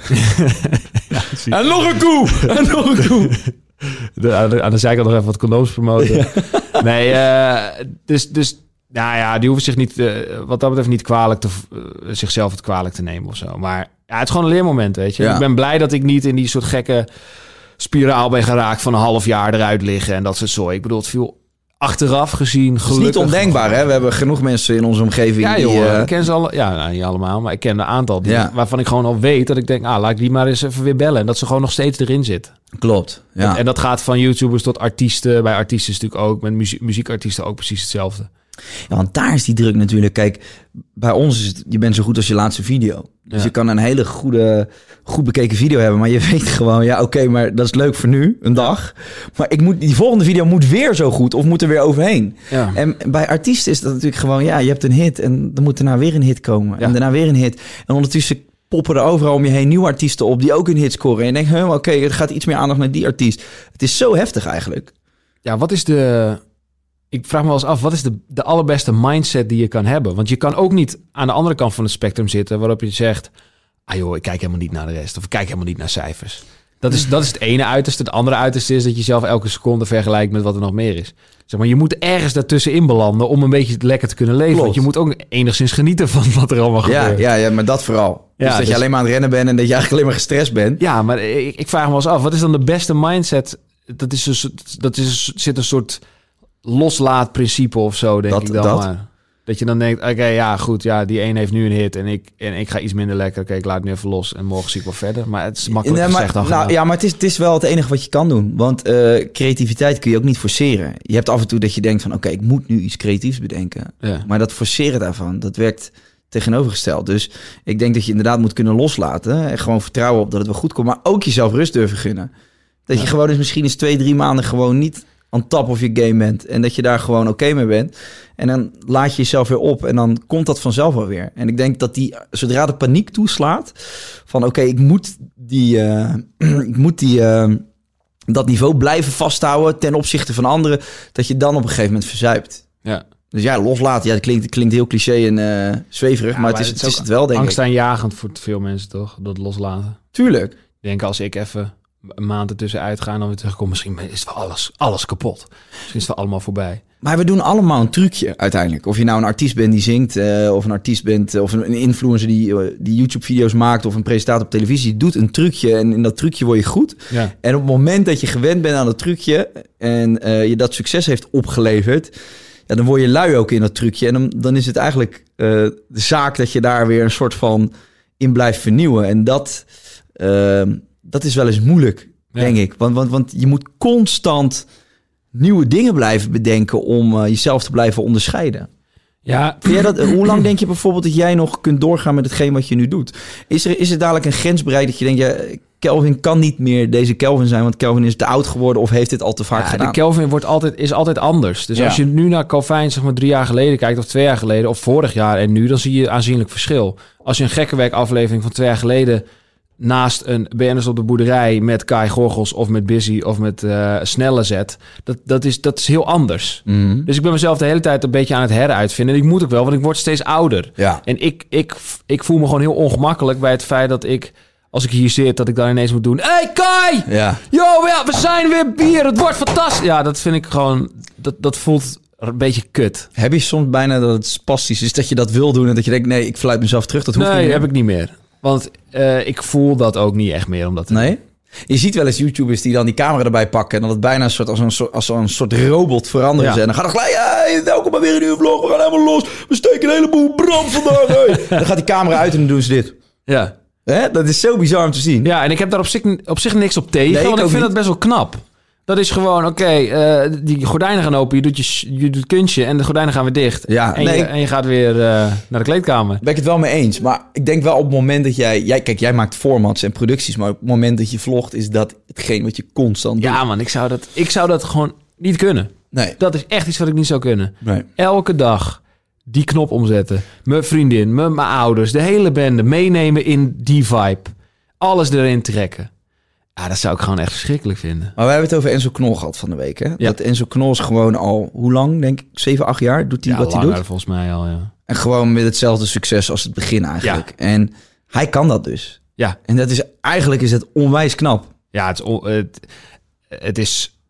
ja, en nog een koe! En nog een koe! De, aan, de, aan de zijkant nog even wat condooms promoten. Ja. Nee, uh, dus... dus Nou ja, die hoeven zich niet, uh, wat dat betreft niet kwalijk te, uh, zichzelf het kwalijk te nemen of zo. Maar ja, het is gewoon een leermoment, weet je. Ja. Ik ben blij dat ik niet in die soort gekke spiraal ben geraakt van een half jaar eruit liggen en dat soort zooi. Ik bedoel, het viel achteraf gezien gelukkig. Het is niet ondenkbaar, hè? We hebben genoeg mensen in onze omgeving ja, die... joh, uh... ik ken ze al, ja, nou, niet allemaal, maar ik ken een aantal die, ja. waarvan ik gewoon al weet dat ik denk, ah, laat ik die maar eens even weer bellen. En dat ze gewoon nog steeds erin zit. Klopt, ja. En, en dat gaat van YouTubers tot artiesten. Bij artiesten is natuurlijk ook, met muzie- muziekartiesten ook precies hetzelfde. Ja, want daar is die druk natuurlijk. Kijk, bij ons is het, je bent zo goed als je laatste video. Dus ja. je kan een hele goede, goed bekeken video hebben. Maar je weet gewoon, ja, oké, okay, maar dat is leuk voor nu, een dag. Maar ik moet, die volgende video moet weer zo goed of moet er weer overheen. Ja. En bij artiesten is dat natuurlijk gewoon, ja, je hebt een hit en dan moet daarna weer een hit komen. Ja. En daarna weer een hit. En ondertussen poppen er overal om je heen nieuwe artiesten op die ook een hit scoren. En je denkt, oké, okay, er gaat iets meer aandacht naar die artiest. Het is zo heftig eigenlijk. Ja, wat is de... Ik vraag me wel eens af, wat is de, de allerbeste mindset die je kan hebben? Want je kan ook niet aan de andere kant van het spectrum zitten... waarop je zegt, ah joh, ik kijk helemaal niet naar de rest. Of ik kijk helemaal niet naar cijfers. Dat is, dat is het ene uiterste. Het andere uiterste is dat je zelf elke seconde vergelijkt met wat er nog meer is. Zeg maar, je moet ergens daartussenin belanden om een beetje lekker te kunnen leven. Klopt. Want je moet ook enigszins genieten van wat er allemaal ja, gebeurt. Ja, ja, maar dat vooral. Ja, dus dat dus... je alleen maar aan het rennen bent en dat je eigenlijk alleen maar gestrest bent. Ja, maar ik, ik vraag me wel eens af, wat is dan de beste mindset? Dat is een, dat is, zit een soort... loslaatprincipe of zo, denk dat, ik dan dat. maar. Dat je dan denkt, oké, okay, ja, goed, ja, die een heeft nu een hit en ik, en ik ga iets minder lekker. Oké, okay, ik laat het nu even los en morgen zie ik wel verder. Maar het is makkelijk nee, gezegd maar, dan nou, ja, maar het is, het is wel het enige wat je kan doen. Want uh, creativiteit kun je ook niet forceren. Je hebt af en toe dat je denkt van, oké, okay, ik moet nu iets creatiefs bedenken. Ja. Maar dat forceren daarvan, dat werkt tegenovergesteld. Dus ik denk dat je inderdaad moet kunnen loslaten. En gewoon vertrouwen op dat het wel goed komt. Maar ook jezelf rust durven gunnen. Dat ja. je gewoon eens misschien eens twee, drie maanden gewoon niet aan top of je game bent. En dat je daar gewoon oké okay mee bent. En dan laat je jezelf weer op. En dan komt dat vanzelf wel weer. En ik denk dat die, zodra de paniek toeslaat. Van oké, okay, ik moet die... Uh, ik moet die... Uh, dat niveau blijven vasthouden ten opzichte van anderen. Dat je dan op een gegeven moment verzuipt. Ja. Dus ja, loslaten. Ja, dat klinkt, klinkt heel cliché en uh, zweverig. Ja, maar, maar het is het, is het wel, denk ik. Angstaanjagend voor veel mensen, toch? Dat loslaten. Tuurlijk. Ik denk, als ik even een maand ertussen uitga en dan weer terugkom, misschien is het wel alles, alles kapot. Misschien is het wel allemaal voorbij. Maar we doen allemaal een trucje uiteindelijk. Of je nou een artiest bent die zingt, uh, of een artiest bent, uh, of een influencer die, uh, die YouTube-video's maakt, of een presentator op televisie, doet een trucje en in dat trucje word je goed. Ja. En op het moment dat je gewend bent aan dat trucje en uh, je dat succes heeft opgeleverd, ja, dan word je lui ook in dat trucje. En dan, dan is het eigenlijk uh, de zaak dat je daar weer een soort van in blijft vernieuwen. En dat, uh, dat is wel eens moeilijk, ja. denk ik. Want, want, want je moet constant nieuwe dingen blijven bedenken om uh, jezelf te blijven onderscheiden. Ja. Vind jij dat, hoe lang denk je bijvoorbeeld dat jij nog kunt doorgaan met hetgeen wat je nu doet? Is er, is er dadelijk een grens bereikt dat je denkt, ja, Kelvin kan niet meer deze Kelvin zijn, want Kelvin is te oud geworden of heeft dit al te vaak ja, gedaan? De Kelvin wordt altijd, is altijd anders. Dus ja. als je nu naar Calvin zeg maar drie jaar geleden kijkt, of twee jaar geleden, of vorig jaar en nu, dan zie je aanzienlijk verschil. Als je een Gekkenwerk aflevering van twee jaar geleden naast een B N'ers op de boerderij met Kai Gorgels of met Busy of met uh, Snelle zet, dat, dat, is, dat is heel anders. Mm-hmm. Dus ik ben mezelf de hele tijd een beetje aan het heruitvinden. En ik moet ook wel, want ik word steeds ouder. Ja. En ik, ik, ik voel me gewoon heel ongemakkelijk bij het feit dat ik, als ik hier zit, dat ik dan ineens moet doen, hey Kai! Ja. Yo, ja, we zijn weer bier, het wordt fantastisch! Ja, dat vind ik gewoon, dat, dat voelt een beetje kut. Heb je soms bijna dat het spastisch is dat je dat wil doen en dat je denkt, nee, ik fluit mezelf terug, dat hoeft nee, niet meer? heb ik niet meer. Want uh, ik voel dat ook niet echt meer. Omdat nee? Je ziet wel eens YouTubers die dan die camera erbij pakken en dan het bijna een soort, als, een soort, als een soort robot veranderen. Ja. En dan gaat er gelijk, hey, welkom bij weer een nieuwe vlog, we gaan helemaal los. We steken een heleboel brand vandaag. Hey. Dan gaat die camera uit en dan doen ze dit. Ja. Hè? Dat is zo bizar om te zien. Ja, en ik heb daar op zich, op zich niks op tegen, nee, want ik, ik vind niet. dat best wel knap. Dat is gewoon, oké, okay, uh, die gordijnen gaan open, je doet je, je doet kunstje en de gordijnen gaan weer dicht. Ja, en, nee, je, en je gaat weer uh, naar de kleedkamer. Ben ik het wel mee eens. Maar ik denk wel op het moment dat jij... jij kijk, jij maakt formats en producties, maar op het moment dat je vlogt, is dat hetgeen wat je constant doet. Ja man, ik zou dat, ik zou dat gewoon niet kunnen. Nee. Dat is echt iets wat ik niet zou kunnen. Nee. Elke dag die knop omzetten. Mijn vriendin, mijn, mijn ouders, de hele bende meenemen in die vibe. Alles erin trekken. Ja, dat zou ik gewoon echt verschrikkelijk vinden. Maar we hebben het over Enzo Knol gehad van de week, hè? Ja. Dat Enzo Knol is gewoon al, hoe lang, denk ik, zeven, acht jaar doet hij ja, wat hij doet? volgens mij al, ja. En gewoon met hetzelfde succes als het begin eigenlijk. Ja. En hij kan dat dus. Ja. En dat is, eigenlijk is het onwijs knap. Ja, het is, on, het, het is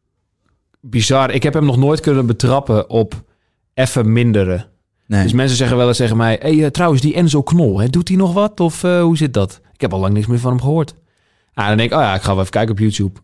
bizar. Ik heb hem nog nooit kunnen betrappen op even minderen. Nee. Dus mensen zeggen wel eens tegen mij, hey, uh, trouwens, die Enzo Knol, hè, doet hij nog wat? Of uh, hoe zit dat? Ik heb al lang niks meer van hem gehoord. Ja, dan denk ik, oh ja, ik ga wel even kijken op YouTube.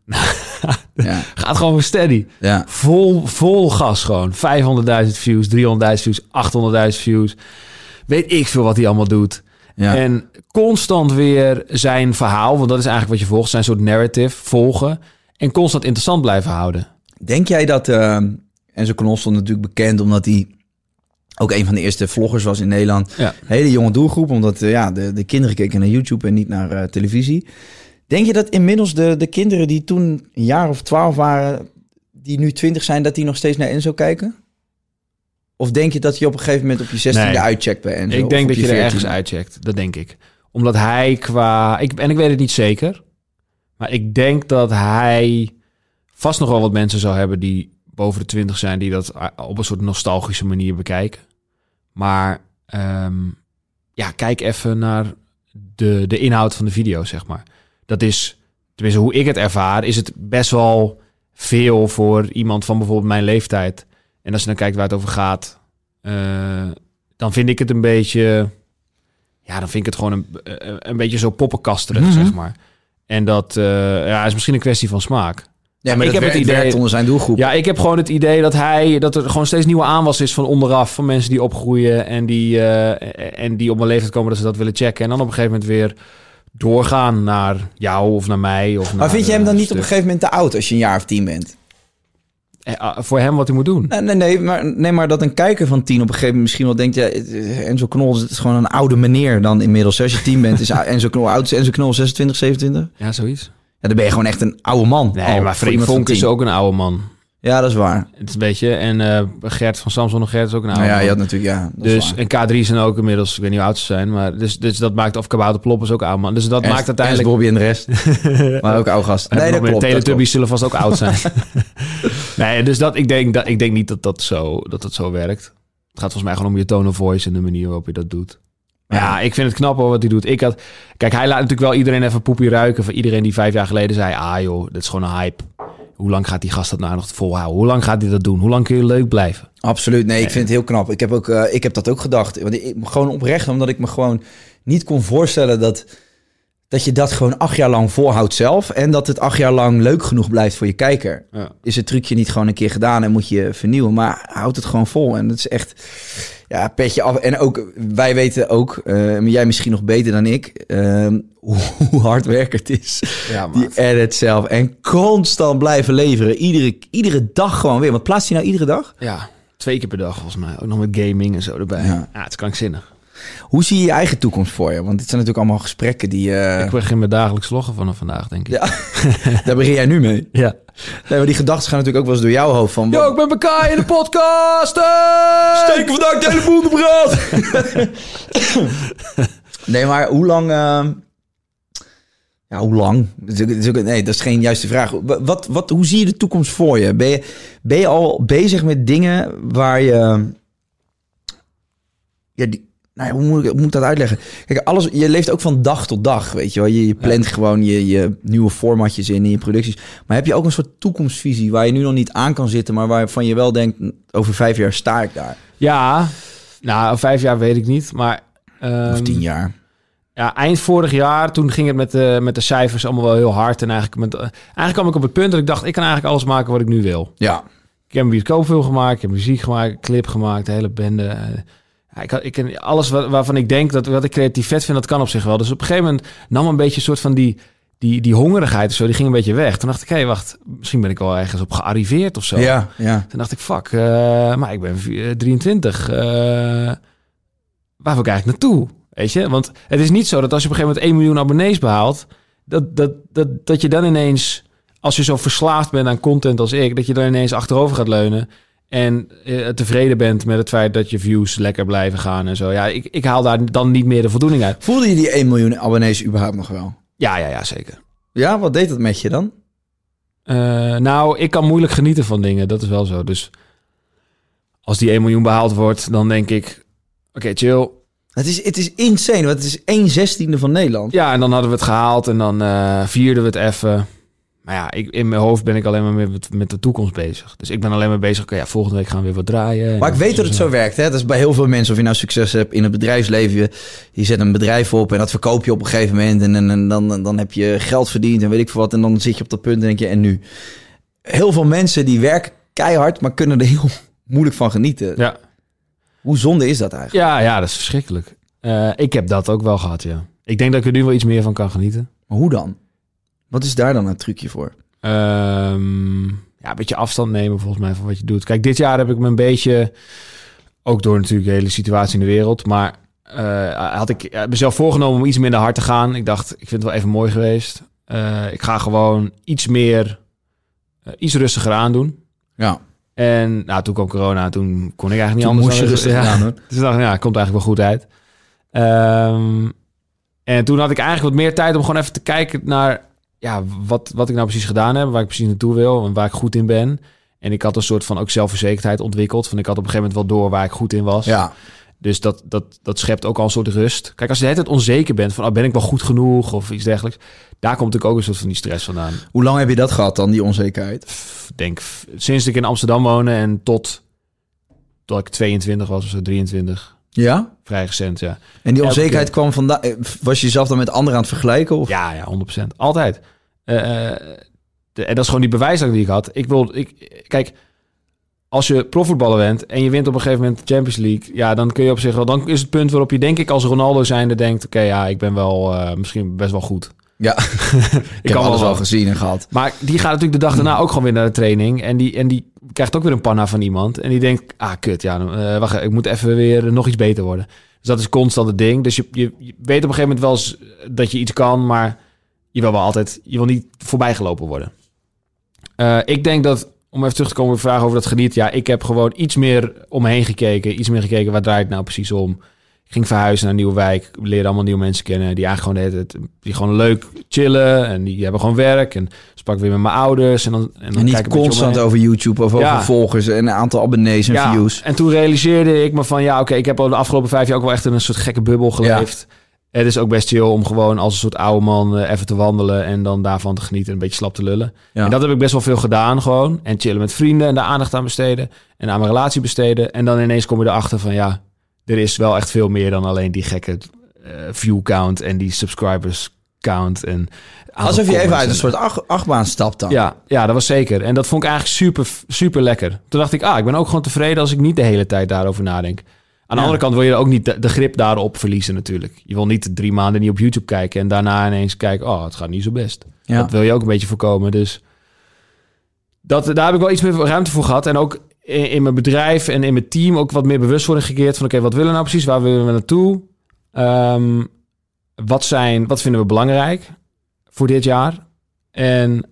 Ja. Gaat gewoon weer steady. Ja. Vol, vol gas gewoon. vijfhonderdduizend views, driehonderdduizend views, achthonderdduizend views. Weet ik veel wat hij allemaal doet. Ja. En constant weer zijn verhaal, want dat is eigenlijk wat je volgt, zijn soort narrative volgen. En constant interessant blijven houden. Denk jij dat uh, Enzo Knol stond natuurlijk bekend omdat hij ook een van de eerste vloggers was in Nederland. Ja. Hele jonge doelgroep, omdat uh, ja, de, de kinderen keken naar YouTube en niet naar uh, televisie. Denk je dat inmiddels de, de kinderen die toen een jaar of twaalf waren, die nu twintig zijn, dat die nog steeds naar Enzo kijken? Of denk je dat je op een gegeven moment op je zestiende nee. uitcheckt bij Enzo? Ik denk dat je, je er veertiende? ergens uitcheckt, dat denk ik. Omdat hij qua... Ik, en ik weet het niet zeker, maar ik denk dat hij vast nog wel wat mensen zou hebben die boven de twintig zijn, die dat op een soort nostalgische manier bekijken. Maar um, ja, kijk even naar de, de inhoud van de video, zeg maar. Dat is, tenminste hoe ik het ervaar, is het best wel veel voor iemand van bijvoorbeeld mijn leeftijd. En als je dan kijkt waar het over gaat, uh, dan vind ik het een beetje, ja, dan vind ik het gewoon een, een beetje zo poppenkasterig, mm-hmm. zeg maar. En dat uh, ja, is misschien een kwestie van smaak. Ja, maar ik heb het idee werkt onder zijn doelgroep. Ja, ik heb gewoon het idee dat hij dat er gewoon steeds nieuwe aanwas is van onderaf, van mensen die opgroeien en die uh, en die op een leeftijd komen dat ze dat willen checken en dan op een gegeven moment weer doorgaan naar jou of naar mij. Of maar naar, vind je hem dan uh, niet stuk. op een gegeven moment te oud als je een jaar of tien bent? eh, voor hem wat hij moet doen. Nee, nee, nee, maar, nee, maar dat een kijker van tien op een gegeven moment misschien wel denkt... Ja, Enzo Knol is gewoon een oude meneer dan inmiddels. Als je tien bent, is Enzo Knol oud. Is Enzo Knol zesentwintig, zevenentwintig? Ja, zoiets. Ja, dan ben je gewoon echt een oude man. Nee, maar Freek Vonk is ook een oude man. Ja, dat is waar. Het is een beetje. En uh, Gert van Samson nog Gert is ook een oude nou ja, man. je had natuurlijk, ja. Dat dus, en K drie zijn ook inmiddels, ik weet niet hoe oud ze zijn, maar dus, dus dat maakt, of Kabouter Plop is ook oude man. Dus dat Ernst, maakt uiteindelijk... Ernst, Bobby en de rest. Maar ook oude gasten. Nee, dat klopt. De Teletubbies zullen vast ook oud zijn. Nee, dus dat, ik, denk, dat, ik denk niet dat dat, zo, dat dat zo werkt. Het gaat volgens mij gewoon om je tone of voice en de manier waarop je dat doet. Maar ja, ik vind het knap hoor, wat hij doet. Ik had, kijk, hij laat natuurlijk wel iedereen even poepie ruiken. Van iedereen die vijf jaar geleden zei... ah joh, dat is gewoon een hype. Hoe lang gaat die gast dat nou nog volhouden? Hoe lang gaat hij dat doen? Hoe lang kun je leuk blijven? Absoluut. Nee, ik vind het heel knap. Ik heb, ook, uh, ik heb dat ook gedacht. Want ik, gewoon oprecht, omdat ik me gewoon niet kon voorstellen... dat, dat je dat gewoon acht jaar lang volhoudt zelf... en dat het acht jaar lang leuk genoeg blijft voor je kijker. Ja. Is het trucje niet gewoon een keer gedaan en moet je vernieuwen... maar houd het gewoon vol. En dat is echt... Ja, petje af. En ook, wij weten ook, uh, jij misschien nog beter dan ik, uh, hoe, hoe hard werken het is. Ja, die edit zelf. En constant blijven leveren. Iedere, iedere dag gewoon weer. Want plaatst hij nou iedere dag? Ja, twee keer per dag volgens mij. Ook nog met gaming en zo erbij. Ja, ja het is krankzinnig. Hoe zie je je eigen toekomst voor je? Want dit zijn natuurlijk allemaal gesprekken die... Uh... Ik begin met dagelijks vloggen vanaf vandaag, denk ik. Ja, daar begin jij nu mee. Ja. Nee, maar die gedachten gaan natuurlijk ook wel eens door jouw hoofd van... Yo, ik ben bij Kai in de podcast! Steken vandaag de hele boel in de brand! Nee, maar hoe lang... Uh... Ja, hoe lang? Nee, dat is geen juiste vraag. Wat, wat, hoe zie je de toekomst voor je? Ben je, ben je al bezig met dingen waar je... Ja, die... Nou, hoe moet ik, hoe moet ik dat uitleggen? Kijk, alles, je leeft ook van dag tot dag, weet je wel. Je, je plant ja. gewoon je, je nieuwe formatjes in, in je producties. Maar heb je ook een soort toekomstvisie waar je nu nog niet aan kan zitten... maar waarvan je wel denkt, over vijf jaar sta ik daar? Ja, nou, vijf jaar weet ik niet, maar... Um, of tien jaar. Ja, eind vorig jaar, toen ging het met de, met de cijfers allemaal wel heel hard. En eigenlijk, met, eigenlijk kwam ik op het punt dat ik dacht... ik kan eigenlijk alles maken wat ik nu wil. Ja. Ik heb een bioscoopfilm gemaakt, ik heb muziek gemaakt, een clip gemaakt, de hele bende... Ja, ik, ik, alles wat, waarvan ik denk dat wat ik creatief vet vind, dat kan op zich wel. Dus op een gegeven moment nam een beetje een soort van die, die, die hongerigheid of zo, die ging een beetje weg. Toen dacht ik, hé, hey, wacht, misschien ben ik wel ergens op gearriveerd of zo. Ja, ja. Toen dacht ik, fuck, uh, maar ik ben drieëntwintig. Uh, waar wil ik eigenlijk naartoe? Weet je? Want het is niet zo dat als je op een gegeven moment één miljoen abonnees behaalt, dat, dat, dat, dat je dan ineens, als je zo verslaafd bent aan content als ik, dat je dan ineens achterover gaat leunen. En uh, tevreden bent met het feit dat je views lekker blijven gaan en zo. Ja, ik, ik haal daar dan niet meer de voldoening uit. Voelde je die één miljoen abonnees überhaupt nog wel? Ja, ja, ja, zeker. Ja, wat deed dat met je dan? Uh, nou, ik kan moeilijk genieten van dingen. Dat is wel zo. Dus als die één miljoen behaald wordt, dan denk ik... Oké, okay, chill. Het is, het is insane, want het is één zestiende van Nederland. Ja, en dan hadden we het gehaald en dan uh, vierden we het even... Maar ja, ik, in mijn hoofd ben ik alleen maar met, met de toekomst bezig. Dus ik ben alleen maar bezig, oké, ja, volgende week gaan we weer wat draaien. Maar ik weet dat het zo werkt, hè. Dat is bij heel veel mensen, of je nou succes hebt in het bedrijfsleven. Je, je zet een bedrijf op en dat verkoop je op een gegeven moment. En, en, en dan, dan heb je geld verdiend en weet ik veel wat. En dan zit je op dat punt en denk je, en nu? Heel veel mensen die werken keihard, maar kunnen er heel moeilijk van genieten. Ja. Hoe zonde is dat eigenlijk? Ja, ja, dat is verschrikkelijk. Uh, ik heb dat ook wel gehad, ja. Ik denk dat ik er nu wel iets meer van kan genieten. Maar hoe dan? Wat is daar dan een trucje voor? Um, ja, een beetje afstand nemen volgens mij van wat je doet. Kijk, dit jaar heb ik me een beetje, ook door natuurlijk de hele situatie in de wereld, maar uh, had ik uh, mezelf voorgenomen om iets minder hard te gaan. Ik dacht, ik vind het wel even mooi geweest. Uh, ik ga gewoon iets meer, uh, iets rustiger aandoen. Ja. En nou, toen kwam corona, toen kon ik eigenlijk niet toen anders. Moest je rustig ja. aan, hoor. Dus ik dacht, ja, het komt eigenlijk wel goed uit. Um, en toen had ik eigenlijk wat meer tijd om gewoon even te kijken naar ja, wat, wat ik nou precies gedaan heb, waar ik precies naartoe wil en waar ik goed in ben. En ik had een soort van ook zelfverzekerdheid ontwikkeld. Van ik had op een gegeven moment wel door waar ik goed in was. Ja. Dus dat, dat, dat schept ook al een soort rust. Kijk, als je de hele tijd onzeker bent van, oh, ben ik wel goed genoeg of iets dergelijks. Daar komt natuurlijk ook een soort van die stress vandaan. Hoe lang heb je dat gehad dan, die onzekerheid? Ik denk sinds ik in Amsterdam woonde en tot, tot ik tweeëntwintig was of zo, drieëntwintig. Ja? Vrij recent, ja. En die onzekerheid kwam vandaan. Was je jezelf dan met anderen aan het vergelijken? Of? Ja, ja, honderd procent. Altijd. Uh, de, en dat is gewoon die bewijsdrang die ik had. Ik wil, ik, kijk, als je profvoetballer bent en je wint op een gegeven moment de Champions League, ja, dan kun je op zich wel. Dan is het punt waarop je, denk ik, als Ronaldo zijnde denkt, oké, okay, ja, ik ben wel uh, misschien best wel goed. Ja, ik, ik heb alles al gezien en gehad. Maar die gaat natuurlijk de dag daarna ook gewoon weer naar de training. En die, en die krijgt ook weer een panna van iemand. En die denkt, ah, kut, ja, uh, wacht, ik moet even weer nog iets beter worden. Dus dat is constant het ding. Dus je, je, je weet op een gegeven moment wel eens dat je iets kan, maar je wil wel altijd, je wil niet voorbijgelopen worden. Uh, ik denk dat, om even terug te komen op de vraag over dat geniet. Ja, ik heb gewoon iets meer om me heen gekeken. Iets meer gekeken, waar draait het nou precies om? Ik ging verhuizen naar een nieuwe wijk. Leerde allemaal nieuwe mensen kennen. Die eigenlijk gewoon het, die gewoon leuk chillen. En die hebben gewoon werk. En sprak weer met mijn ouders. En, dan, en, dan en niet kijk constant over YouTube of over ja. volgers en een aantal abonnees en ja. views. En toen realiseerde ik me van, ja, oké, okay, ik heb al de afgelopen vijf jaar ook wel echt in een soort gekke bubbel geleefd. Ja. Het is ook best chill om gewoon als een soort oude man uh, even te wandelen en dan daarvan te genieten en een beetje slap te lullen. Ja. En dat heb ik best wel veel gedaan gewoon. En chillen met vrienden en daar aandacht aan besteden. En aan mijn relatie besteden. En dan ineens kom je erachter van, ja, er is wel echt veel meer dan alleen die gekke uh, view count en die subscribers count. En alsof je even uit een soort ach- achtbaan stapt dan. Ja, ja, dat was zeker. En dat vond ik eigenlijk super, super lekker. Toen dacht ik, ah, ik ben ook gewoon tevreden als ik niet de hele tijd daarover nadenk. Aan de ja. andere kant wil je ook niet de, de grip daarop verliezen natuurlijk. Je wil niet drie maanden niet op YouTube kijken en daarna ineens kijken, oh, het gaat niet zo best. Ja. Dat wil je ook een beetje voorkomen. Dus dat, daar heb ik wel iets meer ruimte voor gehad. En ook in, in mijn bedrijf en in mijn team ook wat meer bewustwording gekeerd van, oké, okay, wat willen we nou precies? Waar willen we naartoe? Um, wat, zijn, wat vinden we belangrijk voor dit jaar? En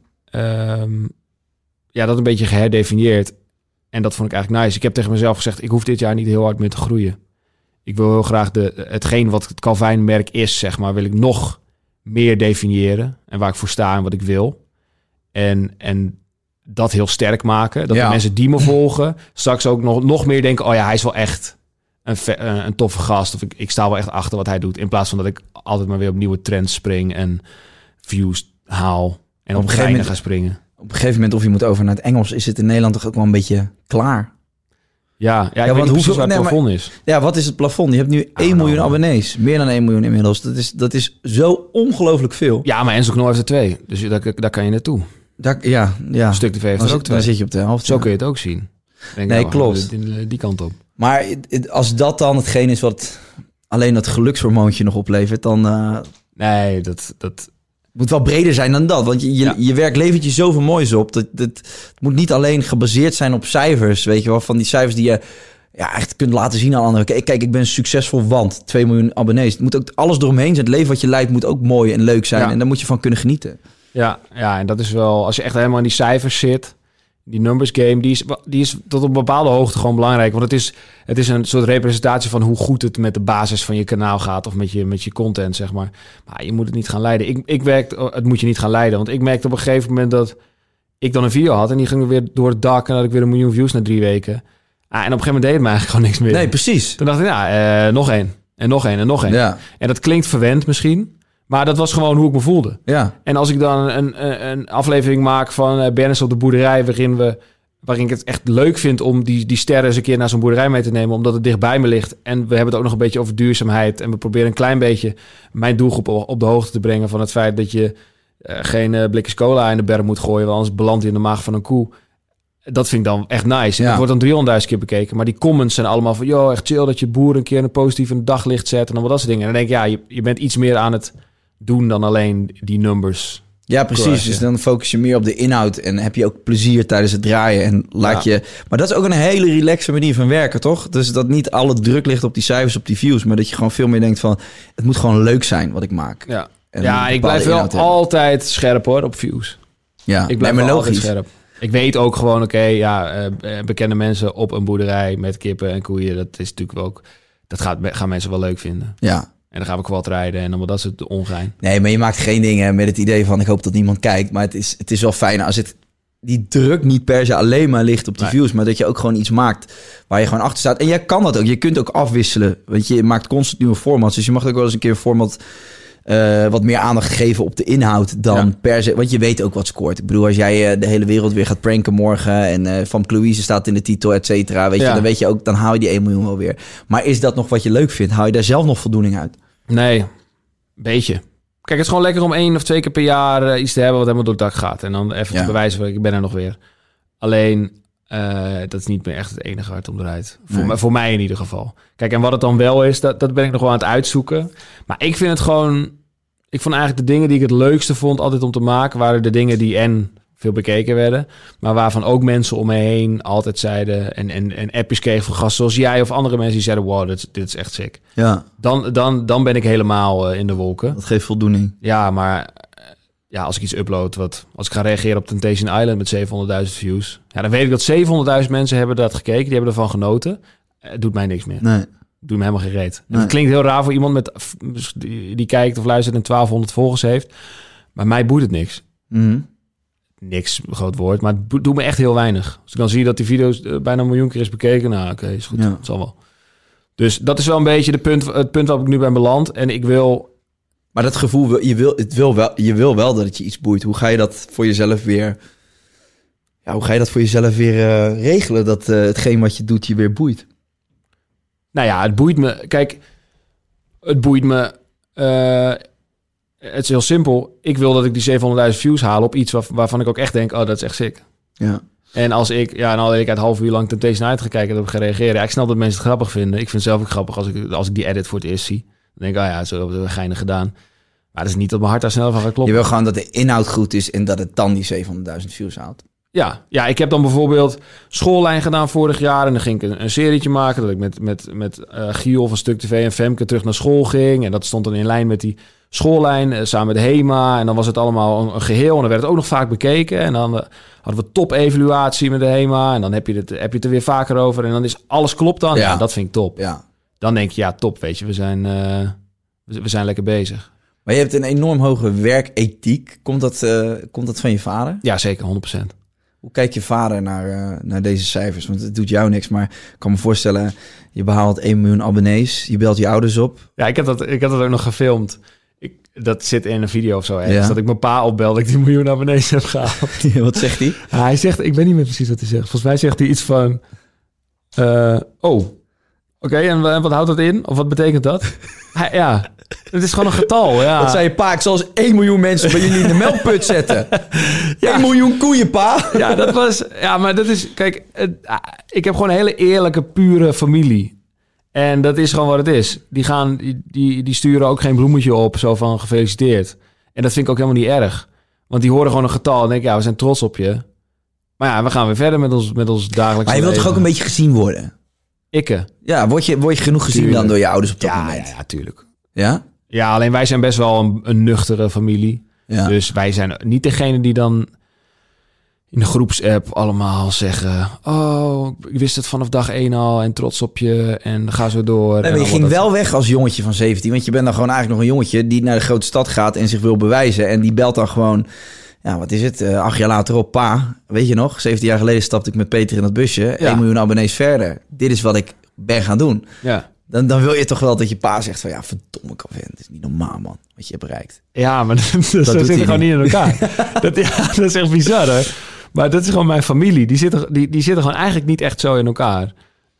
um, ja, dat een beetje geherdefinieerd. En dat vond ik eigenlijk nice. Ik heb tegen mezelf gezegd, ik hoef dit jaar niet heel hard meer te groeien. Ik wil heel graag de, hetgeen wat het Calvin-merk is, zeg maar, wil ik nog meer definiëren. En waar ik voor sta en wat ik wil. En, en dat heel sterk maken. Dat ja. de mensen die me volgen straks ook nog, nog meer denken, oh ja, hij is wel echt een, een, een toffe gast. Of ik, ik sta wel echt achter wat hij doet. In plaats van dat ik altijd maar weer op nieuwe trends spring en views haal. En op, op geinen ga springen. Op een gegeven moment, of je moet over naar het Engels, is het in Nederland toch ook wel een beetje klaar? Ja, ja, ja want hoeveel waar het nee, plafond maar, is. Ja, wat is het plafond? Je hebt nu één ah, miljoen nou, abonnees. Meer dan één miljoen inmiddels. Dat is, dat is zo ongelooflijk veel. Ja, maar Enzo Knol heeft er twee. Dus daar, daar kan je naartoe. Daar, ja, ja. Een stuk T V heeft er ook twee. Dan zit je op de helft. Zo ja. kun je het ook zien. Denk nee, nou, klopt. Die, die kant op. Maar als dat dan hetgeen is wat alleen dat gelukshormoontje nog oplevert, dan... Uh, nee, dat... dat moet wel breder zijn dan dat. Want je, je, ja. je werk levert je zoveel moois op. Dat, dat, het moet niet alleen gebaseerd zijn op cijfers. Weet je wel, van die cijfers die je ja, echt kunt laten zien aan anderen. Kijk, kijk, ik ben succesvol, want twee miljoen abonnees. Het moet ook alles eromheen zijn. Het leven wat je leidt moet ook mooi en leuk zijn. Ja. En daar moet je van kunnen genieten. Ja, ja, en dat is wel... Als je echt helemaal in die cijfers zit... Die numbers game, die is, die is tot op een bepaalde hoogte gewoon belangrijk. Want het is, het is een soort representatie van hoe goed het met de basis van je kanaal gaat. Of met je, met je content, zeg maar. Maar je moet het niet gaan leiden. Ik, ik werk, het moet je niet gaan leiden. Want ik merkte op een gegeven moment dat ik dan een video had. En die ging weer door het dak. En had ik weer een miljoen views na drie weken. Ah, en op een gegeven moment deed het me eigenlijk gewoon niks meer. Nee, precies. Toen dacht ik, ja, uh, nog één. En nog één en nog één. Ja. En dat klinkt verwend misschien. Maar dat was gewoon hoe ik me voelde. Ja. En als ik dan een, een, een aflevering maak van uh, Bernis op de boerderij... waarin, we, waarin ik het echt leuk vind om die, die sterren eens een keer naar zo'n boerderij mee te nemen... omdat het dichtbij me ligt. En we hebben het ook nog een beetje over duurzaamheid. En we proberen een klein beetje mijn doelgroep op de hoogte te brengen... van het feit dat je uh, geen uh, blikjes cola in de berg moet gooien... want anders belandt hij in de maag van een koe. Dat vind ik dan echt nice. En ja. dat wordt dan driehonderdduizend keer bekeken. Maar die comments zijn allemaal van... joh, echt chill dat je boer een keer een positief in het daglicht zet... en dan wat dat soort dingen. En dan denk ik, ja, je, je bent iets meer aan het... doen dan alleen die numbers. Ja, precies. Crush, dus dan focus je meer op de inhoud en heb je ook plezier tijdens het draaien en laat ja. je... Maar dat is ook een hele relaxe manier van werken, toch? Dus dat niet alle druk ligt op die cijfers, op die views, maar dat je gewoon veel meer denkt van, het moet gewoon leuk zijn wat ik maak. Ja, ja ik blijf wel altijd hebben. scherp hoor, op views. Ja, ik blijf wel altijd scherp. Ik weet ook gewoon, oké, okay, ja, uh, bekende mensen op een boerderij met kippen en koeien, dat is natuurlijk ook, dat gaat, gaan mensen wel leuk vinden. Ja. En dan gaan we kwad rijden en dan dat is het ongein. Nee, maar je maakt geen dingen met het idee van... ik hoop dat niemand kijkt. Maar het is, het is wel fijn als het die druk niet per se alleen maar ligt op die nee. views... maar dat je ook gewoon iets maakt waar je gewoon achter staat. En jij kan dat ook. Je kunt ook afwisselen. Want je maakt constant nieuwe formats. Dus je mag ook wel eens een keer een format... Uh, wat meer aandacht geven op de inhoud dan ja. per se... Want je weet ook wat scoort. Ik bedoel, als jij uh, de hele wereld weer gaat pranken morgen... en uh, Van Louise staat in de titel, et cetera... Weet ja. je, dan weet je ook, dan haal je die één miljoen wel weer. Maar is dat nog wat je leuk vindt? Haal je daar zelf nog voldoening uit? Nee, beetje. Kijk, het is gewoon lekker om één of twee keer per jaar uh, iets te hebben... wat helemaal door het dak gaat. En dan even ja. te bewijzen van, ik ben er nog weer. Alleen, uh, dat is niet meer echt het enige waar het om draait. Voor, nee. mij, voor mij in ieder geval. Kijk, en wat het dan wel is, dat, dat ben ik nog wel aan het uitzoeken. Maar ik vind het gewoon... Ik vond eigenlijk de dingen die ik het leukste vond altijd om te maken... waren de dingen die en veel bekeken werden. Maar waarvan ook mensen om me heen altijd zeiden... en, en, en appjes kregen van gasten zoals jij of andere mensen... die zeiden, wow, dit, dit is echt sick. Ja. Dan, dan, dan ben ik helemaal uh, in de wolken. Dat geeft voldoening. Ja, maar ja, als ik iets upload... Wat, als ik ga reageren op Temptation Island met zevenhonderdduizend views... ja, dan weet ik dat zevenhonderdduizend mensen hebben dat gekeken. Die hebben ervan genoten. Het doet mij niks meer. Nee. Doe me helemaal geen reet. Nee. Het klinkt heel raar voor iemand met, die, die kijkt of luistert en twaalfhonderd volgers heeft. Maar mij boeit het niks. Mm. Niks, groot woord. Maar het doet me echt heel weinig. Als ik dan zie dat die video's bijna een miljoen keer is bekeken. Nou, oké, okay, is goed. Ja. Het zal wel. Dus dat is wel een beetje de punt, het punt waarop ik nu ben beland. En ik wil... Maar dat gevoel, je wil, het wil wel, je wil wel dat het je iets boeit. Hoe ga je dat voor jezelf weer... Ja, hoe ga je dat voor jezelf weer uh, regelen? Dat uh, hetgeen wat je doet je weer boeit. Nou ja, het boeit me... Kijk, het boeit me... Uh, het is heel simpel. Ik wil dat ik die zevenhonderdduizend views haal op iets waar, waarvan ik ook echt denk... oh, dat is echt sick. Ja. En als ik... Ja, nou, ik uit half uur lang Temptation Island ga kijken... en heb ik gereageerd. Ja, ik snap dat mensen het grappig vinden. Ik vind het zelf ook grappig als ik, als ik die edit voor het eerst zie. Dan denk ik, oh ja, zo hebben we geinig gedaan. Maar dat is niet dat mijn hart daar snel van gaat kloppen. Je wil gewoon dat de inhoud goed is... en dat het dan die zevenhonderdduizend views haalt. Ja, ja, ik heb dan bijvoorbeeld schoollijn gedaan vorig jaar... en dan ging ik een, een serietje maken... dat ik met, met, met uh, Giel van Stuk T V en Femke terug naar school ging... en dat stond dan in lijn met die schoollijn... Uh, samen met HEMA... en dan was het allemaal een, een geheel... en dan werd het ook nog vaak bekeken... en dan uh, hadden we top-evaluatie met de HEMA... en dan heb je, het, heb je het er weer vaker over... en dan is alles klopt dan. Ja, ja dat vind ik top. Ja. Dan denk je, ja, top, weet je, we zijn, uh, we, we zijn lekker bezig. Maar je hebt een enorm hoge werkethiek. Komt dat, uh, komt dat van je vader? Ja, zeker, honderd procent. Hoe kijkt je vader naar, uh, naar deze cijfers? Want het doet jou niks, maar ik kan me voorstellen... je behaalt één miljoen abonnees, je belt je ouders op. Ja, ik heb dat, ik heb dat ook nog gefilmd. Ik, dat zit in een video of zo. Ergens, ja. Dat ik mijn pa opbel dat ik die miljoen abonnees heb gehaald. Ja, wat zegt hij? Ja, hij zegt, ik weet niet meer precies wat hij zegt. Volgens mij zegt hij iets van... Uh, oh, oké, okay, en, en wat houdt dat in? Of wat betekent dat? Hij, ja, het is gewoon een getal, ja. Wat zei je pa? Ik zal eens één miljoen mensen bij jullie in de melkput zetten. Ja. één miljoen koeien, pa. Ja, dat was... Ja, maar dat is... Kijk, het, ik heb gewoon een hele eerlijke, pure familie. En dat is gewoon wat het is. Die, gaan, die, die sturen ook geen bloemetje op, zo van gefeliciteerd. En dat vind ik ook helemaal niet erg. Want die horen gewoon een getal en denken, ja, we zijn trots op je. Maar ja, we gaan weer verder met ons, met ons dagelijks Maar je wilt toch ook een beetje gezien worden? Ikke. Ja, word je, word je genoeg gezien tuurlijk. Dan door je ouders op dat ja, moment? Ja, ja, tuurlijk. Ja? Ja, alleen wij zijn best wel een, een nuchtere familie. Ja. Dus wij zijn niet degene die dan in de groepsapp allemaal zeggen... oh, ik wist het vanaf dag één al en trots op je en ga zo door. Nee, maar je ging dat... wel weg als jongetje van zeventien. Want je bent dan gewoon eigenlijk nog een jongetje die naar de grote stad gaat en zich wil bewijzen. En die belt dan gewoon... Ja, wat is het? Uh, acht jaar later op, pa. Weet je nog? zeventien jaar geleden stapte ik met Peter in dat busje. Ja. één miljoen abonnees verder. Dit is wat ik ben gaan doen. Ja. Dan, dan wil je toch wel dat je pa zegt van... Ja, verdomme Calvin, het is niet normaal, man. Wat je hebt bereikt. Ja, maar dat, dat zo zitten gewoon niet in elkaar. dat, ja, dat is echt bizar, hè? Maar dat is gewoon mijn familie. Die zitten, die, die zitten gewoon eigenlijk niet echt zo in elkaar.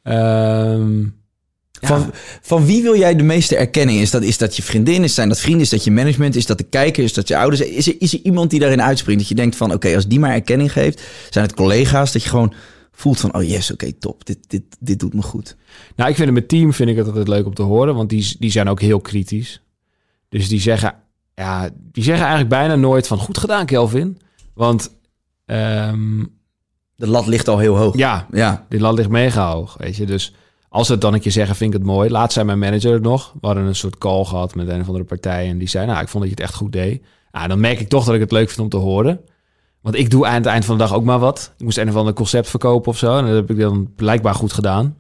Um, ja. van, van wie wil jij de meeste erkenning? Is dat, is dat je vriendin? Is, zijn dat vrienden? Is dat je management? Is dat de kijker? Is dat je ouders? Is er, is er iemand die daarin uitspringt? Dat je denkt van, oké, okay, als die maar erkenning geeft... Zijn het collega's? Dat je gewoon voelt van, oh yes, oké, okay, top. Dit, dit, dit doet me goed. Nou, ik vind het met team vind ik het altijd leuk om te horen. Want die, die zijn ook heel kritisch. Dus die zeggen, ja, die zeggen eigenlijk bijna nooit van... Goed gedaan, Kelvin. Want... Um, de lat ligt al heel hoog. Ja, ja, die lat ligt mega hoog, weet je. Dus als ze het dan een keer zeggen, vind ik het mooi. Laatst zei mijn manager het nog. We hadden een soort call gehad met een of andere partij. En die zei, nou, ik vond dat je het echt goed deed. Nou, dan merk ik toch dat ik het leuk vind om te horen. Want ik doe aan het eind van de dag ook maar wat. Ik moest een of ander concept verkopen of zo. En dat heb ik dan blijkbaar goed gedaan.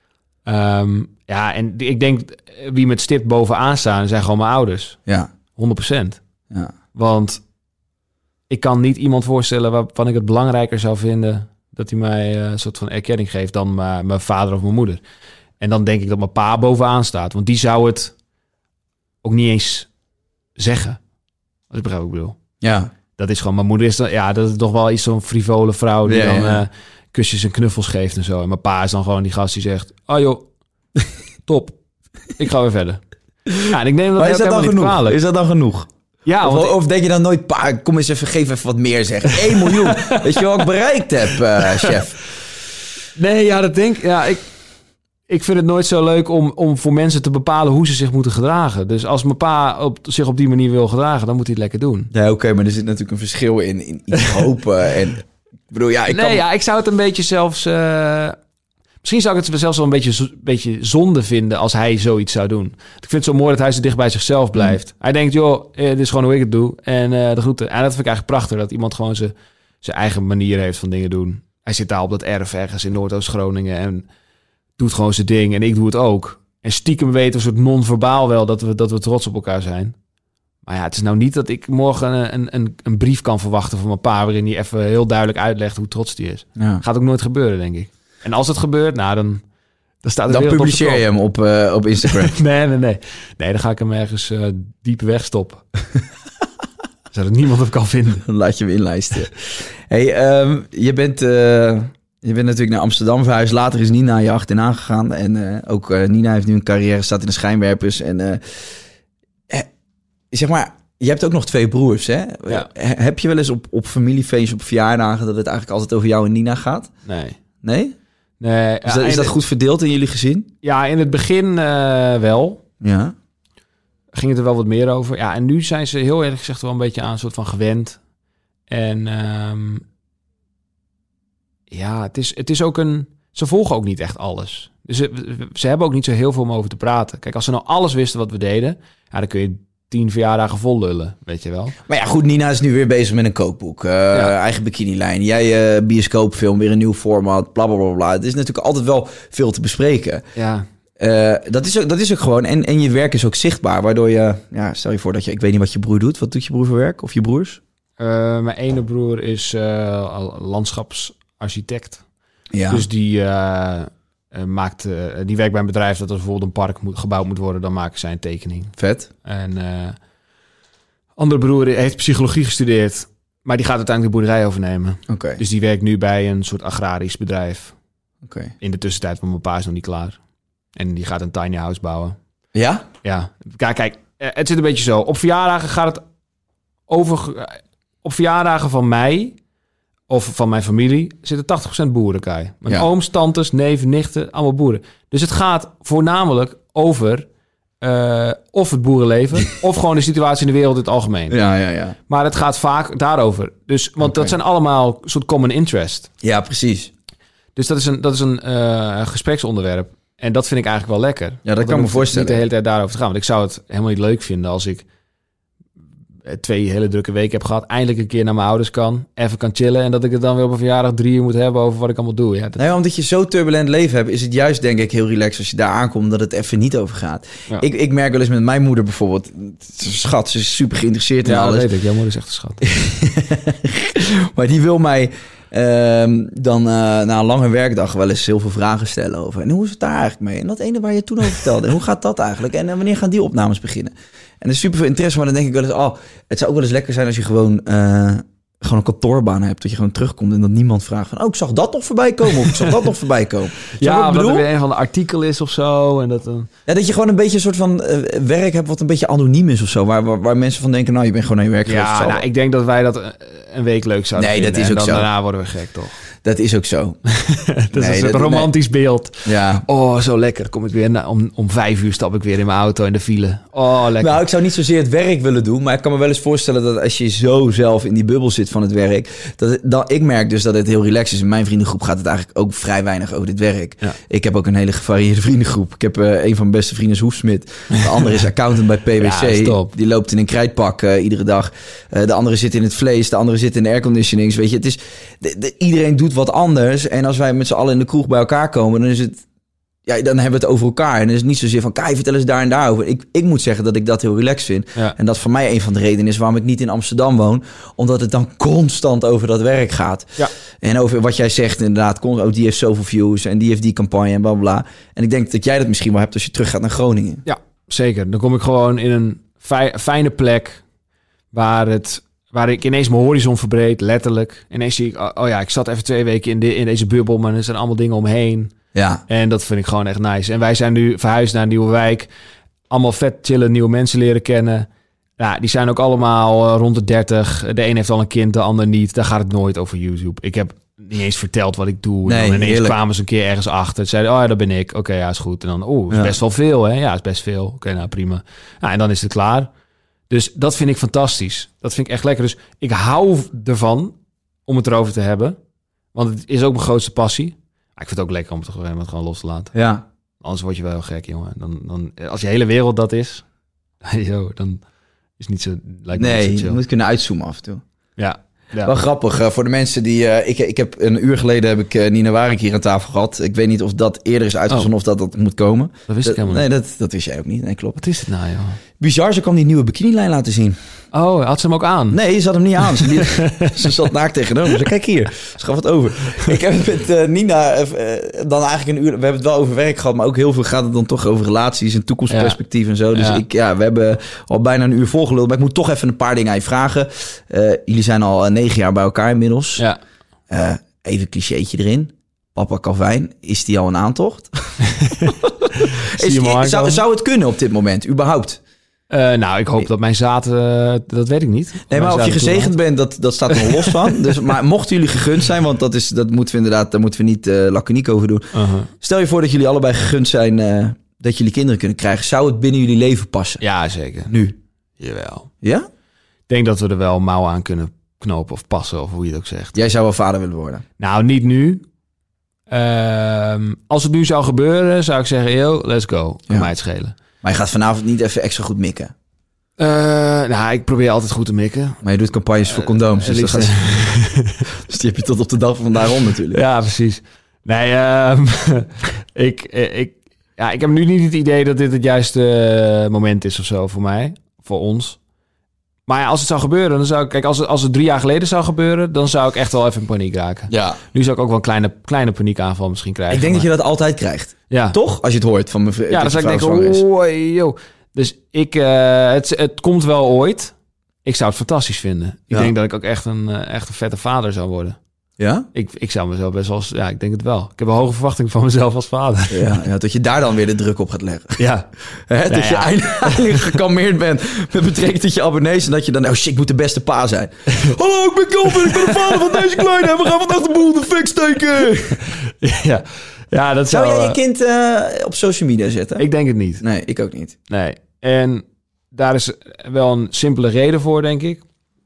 Um, ja, en ik denk, wie met stip bovenaan staan, zijn gewoon mijn ouders. Ja. honderd procent. Ja. Want... Ik kan niet iemand voorstellen waarvan ik het belangrijker zou vinden... dat hij mij uh, een soort van erkenning geeft dan uh, mijn vader of mijn moeder. En dan denk ik dat mijn pa bovenaan staat. Want die zou het ook niet eens zeggen. Wat ik begrijp wat ik bedoel. Ja. Dat is gewoon... Mijn moeder is dan... Ja, dat is toch wel iets zo'n frivole vrouw... die ja, dan ja. Uh, kusjes en knuffels geeft en zo. En mijn pa is dan gewoon die gast die zegt... Oh joh, top. Ik ga weer verder. Ja, en ik neem dat maar is dat dan genoeg? Kwalijk. Is dat dan genoeg? Ja, of, of denk je dan nooit, pa, kom eens even, geef even wat meer zeggen. één miljoen. Weet je wat ik bereikt heb, uh, chef? Nee, ja, dat denk ik... Ja, ik, ik vind het nooit zo leuk om, om voor mensen te bepalen hoe ze zich moeten gedragen. Dus als mijn pa op, zich op die manier wil gedragen, dan moet hij het lekker doen. Ja, oké, okay, maar er zit natuurlijk een verschil in, in iets hopen. En, ik bedoel, ja, ik nee, kan... ja, ik zou het een beetje zelfs... Uh, misschien zou ik het zelfs wel een beetje, beetje zonde vinden als hij zoiets zou doen. Ik vind het zo mooi dat hij zo dicht bij zichzelf blijft. Mm. Hij denkt, joh, dit is gewoon hoe ik het doe. En uh, de groeten. En dat vind ik eigenlijk prachtig, dat iemand gewoon zijn, zijn eigen manier heeft van dingen doen. Hij zit daar op dat erf ergens in Noordoost-Groningen en doet gewoon zijn ding. En ik doe het ook. En stiekem weten we een soort non-verbaal wel dat we, dat we trots op elkaar zijn. Maar ja, het is nou niet dat ik morgen een, een, een brief kan verwachten van mijn pa, waarin hij even heel duidelijk uitlegt hoe trots die is. Ja. Gaat ook nooit gebeuren, denk ik. En als het gebeurt, nou dan, dan staat het dan publiceer je hem op, uh, op Instagram. nee, nee, nee. Nee, dan ga ik hem ergens uh, diep wegstoppen. Zodat niemand hem kan vinden. Dan laat je hem inlijsten. Hey, um, je bent... Uh... Je bent natuurlijk naar Amsterdam verhuisd. Later is Nina je achterna gegaan. En uh, ook uh, Nina heeft nu een carrière, staat in de schijnwerpers. En uh, eh, zeg maar, je hebt ook nog twee broers, hè? Ja. Heb je wel eens op, op familiefeestjes, op verjaardagen, dat het eigenlijk altijd over jou en Nina gaat? Nee. Nee? Nee. Is, ja, dat, is dat goed verdeeld in jullie gezin? Ja, in het begin uh, wel. Ja. Ging het er wel wat meer over. Ja, en nu zijn ze heel eerlijk gezegd wel een beetje aan een soort van gewend. En... Um, Ja, het is, het is ook een... Ze volgen ook niet echt alles. Dus ze, ze hebben ook niet zo heel veel om over te praten. Kijk, als ze nou alles wisten wat we deden... Ja, dan kun je tien verjaardagen vol lullen, weet je wel. Maar ja, goed, Nina is nu weer bezig met een kookboek. Uh, ja. Eigen bikinilijn. Jij uh, bioscoopfilm, weer een nieuw format, bla, bla, bla, bla. Het is natuurlijk altijd wel veel te bespreken. Ja. Uh, dat, is ook, dat is ook gewoon... En, en je werk is ook zichtbaar, waardoor je... Ja, stel je voor dat je... Ik weet niet wat je broer doet. Wat doet je broer voor werk? Of je broers? Uh, mijn ene broer is uh, landschaps... architect. Ja. Dus die, uh, uh, maakt, uh, die werkt bij een bedrijf dat er bijvoorbeeld een park moet, gebouwd moet worden, dan maken zij een tekening. Vet. En uh, andere broer heeft psychologie gestudeerd, maar die gaat uiteindelijk de boerderij overnemen. Okay. Dus die werkt nu bij een soort agrarisch bedrijf. Okay. In de tussentijd, van mijn pa is nog niet klaar. En die gaat een tiny house bouwen. Ja? Ja. Kijk, kijk, het zit een beetje zo. Op verjaardagen gaat het over... Op verjaardagen van mij... of van mijn familie, zitten tachtig procent boerenkei. Mijn ja. ooms, tantes, neven, nichten, allemaal boeren. Dus het gaat voornamelijk over uh, of het boerenleven... of gewoon de situatie in de wereld in het algemeen. Ja, ja, ja. Maar het gaat vaak daarover. Dus, want okay. dat zijn allemaal soort common interest. Ja, precies. Dus dat is een, dat is een uh, gespreksonderwerp. En dat vind ik eigenlijk wel lekker. Ja, dat kan me voorstellen. Niet de hele tijd daarover te gaan. Want ik zou het helemaal niet leuk vinden als ik... twee hele drukke weken heb gehad, eindelijk een keer naar mijn ouders kan, even kan chillen en dat ik het dan weer op een verjaardag drie uur moet hebben over wat ik allemaal doe. Ja, dat... Nee, omdat je zo turbulent leven hebt, is het juist denk ik heel relaxed als je daar aankomt dat het even niet over gaat. Ja. Ik, ik merk wel eens met mijn moeder bijvoorbeeld, schat, ze is super geïnteresseerd in ja, alles. Ja, dat weet ik. Jouw moeder is echt een schat. Maar die wil mij um, dan uh, na een lange werkdag wel eens heel veel vragen stellen over. En hoe is het daar eigenlijk mee? En dat ene waar je toen over vertelde. En hoe gaat dat eigenlijk? En uh, wanneer gaan die opnames beginnen? En er is super veel interesse, maar dan denk ik wel eens... oh, het zou ook wel eens lekker zijn als je gewoon... Uh, gewoon een kantoorbaan hebt, dat je gewoon terugkomt... en dat niemand vraagt van... oh, ik zag dat nog voorbij komen... of ik zag dat nog voorbij komen. Ja, of dat er weer een van de artikel is of zo. En dat, uh... ja, dat je gewoon een beetje een soort van uh, werk hebt... wat een beetje anoniem is of zo. Waar, waar, waar mensen van denken... nou, je bent gewoon aan je werk geweest. Ja, nou, ik denk dat wij dat een week leuk zouden nee, vinden. Dat is ook en dan zo. Daarna worden we gek, toch? Dat is ook zo. dat nee, is een dat, romantisch nee. beeld. Ja. Oh, zo lekker. Kom ik weer na, om, om vijf uur stap ik weer in mijn auto in de file. Oh, lekker. Nou, ik zou niet zozeer het werk willen doen... maar ik kan me wel eens voorstellen dat als je zo zelf in die bubbel zit van het werk... dat, het, dat ik merk dus dat het heel relaxed is. In mijn vriendengroep gaat het eigenlijk ook vrij weinig over dit werk. Ja. Ik heb ook een hele gevarieerde vriendengroep. Ik heb uh, een van mijn beste vrienden is Hoefsmid. De andere is accountant bij P W C. Ja, die loopt in een krijtpak uh, iedere dag. Uh, de andere zit in het vlees. De andere zit in de airconditionings. Weet je, het is... De, de, iedereen doet wat anders... En als wij met z'n allen in de kroeg bij elkaar komen, dan is het, ja, dan hebben we het over elkaar. En dan is het niet zozeer van, Kai, vertel eens daar en daarover. Ik, ik moet zeggen dat ik dat heel relaxed vind. Ja. En dat voor mij een van de redenen is waarom ik niet in Amsterdam woon. Omdat het dan constant over dat werk gaat. Ja. En over wat jij zegt inderdaad. Oh, die heeft zoveel views en die heeft die campagne en bla bla. En ik denk dat jij dat misschien wel hebt als je terug gaat naar Groningen. Ja, zeker. Dan kom ik gewoon in een fi- fijne plek waar het... waar ik ineens mijn horizon verbreed, letterlijk. Ineens zie ik, oh, oh ja, ik zat even twee weken in, de, in deze bubbel... maar er zijn allemaal dingen omheen. Ja. En dat vind ik gewoon echt nice. En wij zijn nu verhuisd naar een nieuwe wijk. Allemaal vet chillen, nieuwe mensen leren kennen. Ja, die zijn ook allemaal uh, rond de dertig. De een heeft al een kind, de ander niet. Daar gaat het nooit over YouTube. Ik heb niet eens verteld wat ik doe. Nee, en dan ineens heerlijk. kwamen ze een keer ergens achter. Zeiden, oh ja, dat ben ik. Oké, okay, ja, is goed. En dan, oh, is ja. best wel veel, hè? Ja, is best veel. Oké, okay, nou prima. Nou, en dan is het klaar. Dus dat vind ik fantastisch. Dat vind ik echt lekker. Dus ik hou ervan om het erover te hebben. Want het is ook mijn grootste passie. Maar ik vind het ook lekker om het gewoon, gewoon los te laten. Ja. Anders word je wel heel gek, jongen. Dan, dan, als je hele wereld dat is, yo, dan is het niet zo... Lijkt me Nee, niet zo je moet kunnen uitzoomen af en toe. Ja. Ja. Wel grappig, uh, voor de mensen die... Uh, ik, ik heb een uur geleden heb ik uh, Nina Warik hier aan tafel gehad. Ik weet niet of dat eerder is uitgezonden oh. of dat dat moet komen. Dat wist ik helemaal nee, niet. dat, dat wist jij ook niet. Nee, klopt. Wat is het nou, joh? Bizar, ze kwam die nieuwe bikinilijn laten zien. Oh, had ze hem ook aan? Nee, ze had hem niet aan. Ze, liep, ze zat naakt tegenover. Ze kijk hier, ze gaf het over. Ik heb het met uh, Nina uh, dan eigenlijk een uur... We hebben het wel over werk gehad, maar ook heel veel gaat het dan toch over relaties en toekomstperspectief ja. en zo. Dus ja. ik, ja, we hebben al bijna een uur volgeluld. Maar ik moet toch even een paar dingen aan je vragen. Uh, jullie zijn al uh, negen jaar bij elkaar inmiddels. Ja. Uh, even een clichétje erin. Papa Calvijn, is die al een aantocht? is, zou, zou het kunnen op dit moment, überhaupt? Uh, nou, ik hoop nee. dat mijn zaad... Uh, dat weet ik niet. Of nee, maar of je gezegend bent, dat, dat staat er nog los van. Dus, maar mochten jullie gegund zijn, want dat, is, dat moeten we inderdaad... daar moeten we niet uh, laconiek over doen. Uh-huh. Stel je voor dat jullie allebei gegund zijn... Uh, dat jullie kinderen kunnen krijgen. Zou het binnen jullie leven passen? Ja, zeker. Nu? Jawel. Ja? Ik denk dat we er wel mouwen aan kunnen knopen of passen, of hoe je het ook zegt. Jij zou wel vader willen worden? Nou, niet nu. Uh, als het nu zou gebeuren, zou ik zeggen... yo, let's go. Kan ja. mij het schelen. Maar je gaat vanavond niet even extra goed mikken? Uh, nou, ik probeer altijd goed te mikken. Maar je doet campagnes uh, voor condooms. Dus, gaat... dus die heb je tot op de dag van vandaag om natuurlijk. Ja, precies. Nee, uh, ik, ik, ja, ik heb nu niet het idee dat dit het juiste moment is of zo voor mij. Voor ons. Maar ja, als het zou gebeuren, dan zou ik... Kijk, als het, als het drie jaar geleden zou gebeuren... dan zou ik echt wel even in paniek raken. Ja. Nu zou ik ook wel een kleine, kleine paniekaanval misschien krijgen. Ik denk maar... dat je dat altijd krijgt. Ja. Toch? Als je het hoort van mijn vriend. Ja, dan zou ik denken... Oh, joh. Dus ik... Uh, het, het komt wel ooit. Ik zou het fantastisch vinden. Ik ja. denk dat ik ook echt een, uh, echt een vette vader zou worden. Ja? Ik, ik zou mezelf best wel... Ja, ik denk het wel. Ik heb een hoge verwachting van mezelf als vader. Ja, ja, dat je daar dan weer de druk op gaat leggen. Ja. Hè, dat nou je ja. eindelijk gekalmeerd bent met betrekking tot je abonnees... en dat je dan... Oh shit, ik moet de beste pa zijn. Hallo, ik ben Calvin, ik ben de vader van deze kleine... en we gaan vandaag de boel in de fik steken. Ja. Ja, dat zou... Zou jij je kind uh, op social media zetten? Ik denk het niet. Nee, ik ook niet. Nee. En daar is wel een simpele reden voor, denk ik.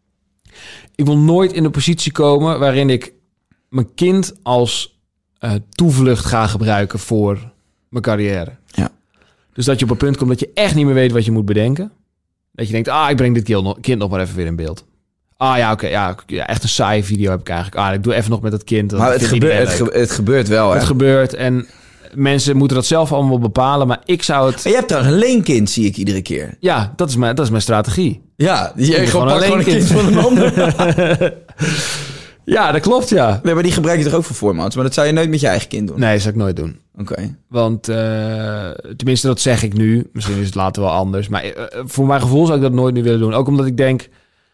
Ik wil nooit in de positie komen waarin ik mijn kind als uh, toevlucht ga gebruiken voor mijn carrière. Ja. Dus dat je op een punt komt dat je echt niet meer weet wat je moet bedenken. Dat je denkt, ah, ik breng dit kind nog, kind nog maar even weer in beeld. Ah ja, oké, okay, ja, ja, echt een saaie video heb ik eigenlijk. Ah, ik doe even nog met dat kind. Dat maar het, gebe- het, ge- het gebeurt wel, hè? Het gebeurt en mensen moeten dat zelf allemaal bepalen, maar ik zou het... En je hebt trouwens een leenkind, zie ik iedere keer. Ja, dat is mijn, dat is mijn strategie. Ja, je gewoon, gewoon pakt gewoon een kind van een ander. Ja, dat klopt, ja. Nee, maar die gebruik je toch ook voor formats? Maar dat zou je nooit met je eigen kind doen? Nee, dat zou ik nooit doen. Oké. Okay. Want, uh, tenminste, dat zeg ik nu. Misschien is het later wel anders. Maar uh, voor mijn gevoel zou ik dat nooit nu willen doen. Ook omdat ik denk...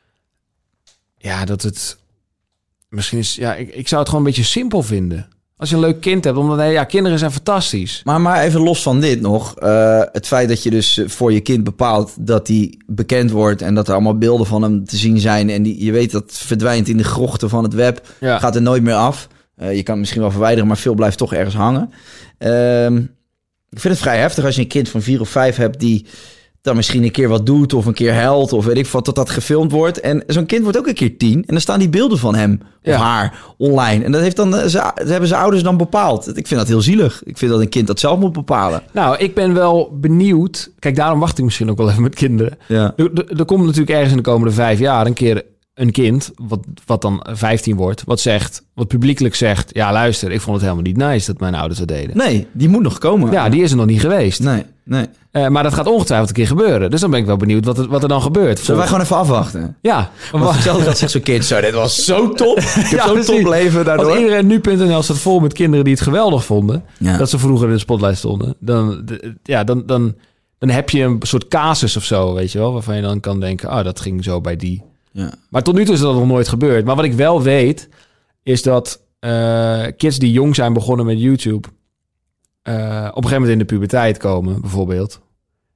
Ja, dat het... Misschien is... Ja, ik, ik zou het gewoon een beetje simpel vinden. Als je een leuk kind hebt. Omdat, ja, kinderen zijn fantastisch. Maar, maar even los van dit nog. Uh, het feit dat je dus voor je kind bepaalt dat hij bekend wordt... en dat er allemaal beelden van hem te zien zijn... en die, je weet dat het verdwijnt in de grochten van het web. Ja. Gaat er nooit meer af. Uh, je kan het misschien wel verwijderen, maar veel blijft toch ergens hangen. Uh, ik vind het vrij heftig als je een kind van vier of vijf hebt... die dan misschien een keer wat doet of een keer huilt... of weet ik wat, dat dat gefilmd wordt. En zo'n kind wordt ook een keer tien... en dan staan die beelden van hem of ja. haar online. En dat, heeft dan, dat hebben zijn ouders dan bepaald. Ik vind dat heel zielig. Ik vind dat een kind dat zelf moet bepalen. Nou, ik ben wel benieuwd. Kijk, daarom wacht ik misschien ook wel even met kinderen. Ja. Er, er, er komt natuurlijk ergens in de komende vijf jaar... een keer een kind, wat, wat dan vijftien wordt... wat zegt, wat publiekelijk zegt... ja, luister, ik vond het helemaal niet nice dat mijn ouders dat deden. Nee, die moet nog komen. Ja, die is er nog niet geweest. Nee, nee. Uh, maar dat gaat ongetwijfeld een keer gebeuren. Dus dan ben ik wel benieuwd wat er, wat er dan gebeurt. Zullen wij gewoon even afwachten? Ja. Want hetzelfde gaat zegt zo'n kind zo... dit was zo top. Ik heb ja, zo'n top leven daardoor. Als iedereen nu punt n l staat vol met kinderen die het geweldig vonden... Ja. dat ze vroeger in de spotlight stonden... dan, ja, dan, dan, dan heb je een soort casus of zo, weet je wel... waarvan je dan kan denken... ah, oh, dat ging zo bij die... Ja. Maar tot nu toe is dat nog nooit gebeurd. Maar wat ik wel weet, is dat uh, kids die jong zijn begonnen met YouTube... Uh, op een gegeven moment in de puberteit komen, bijvoorbeeld.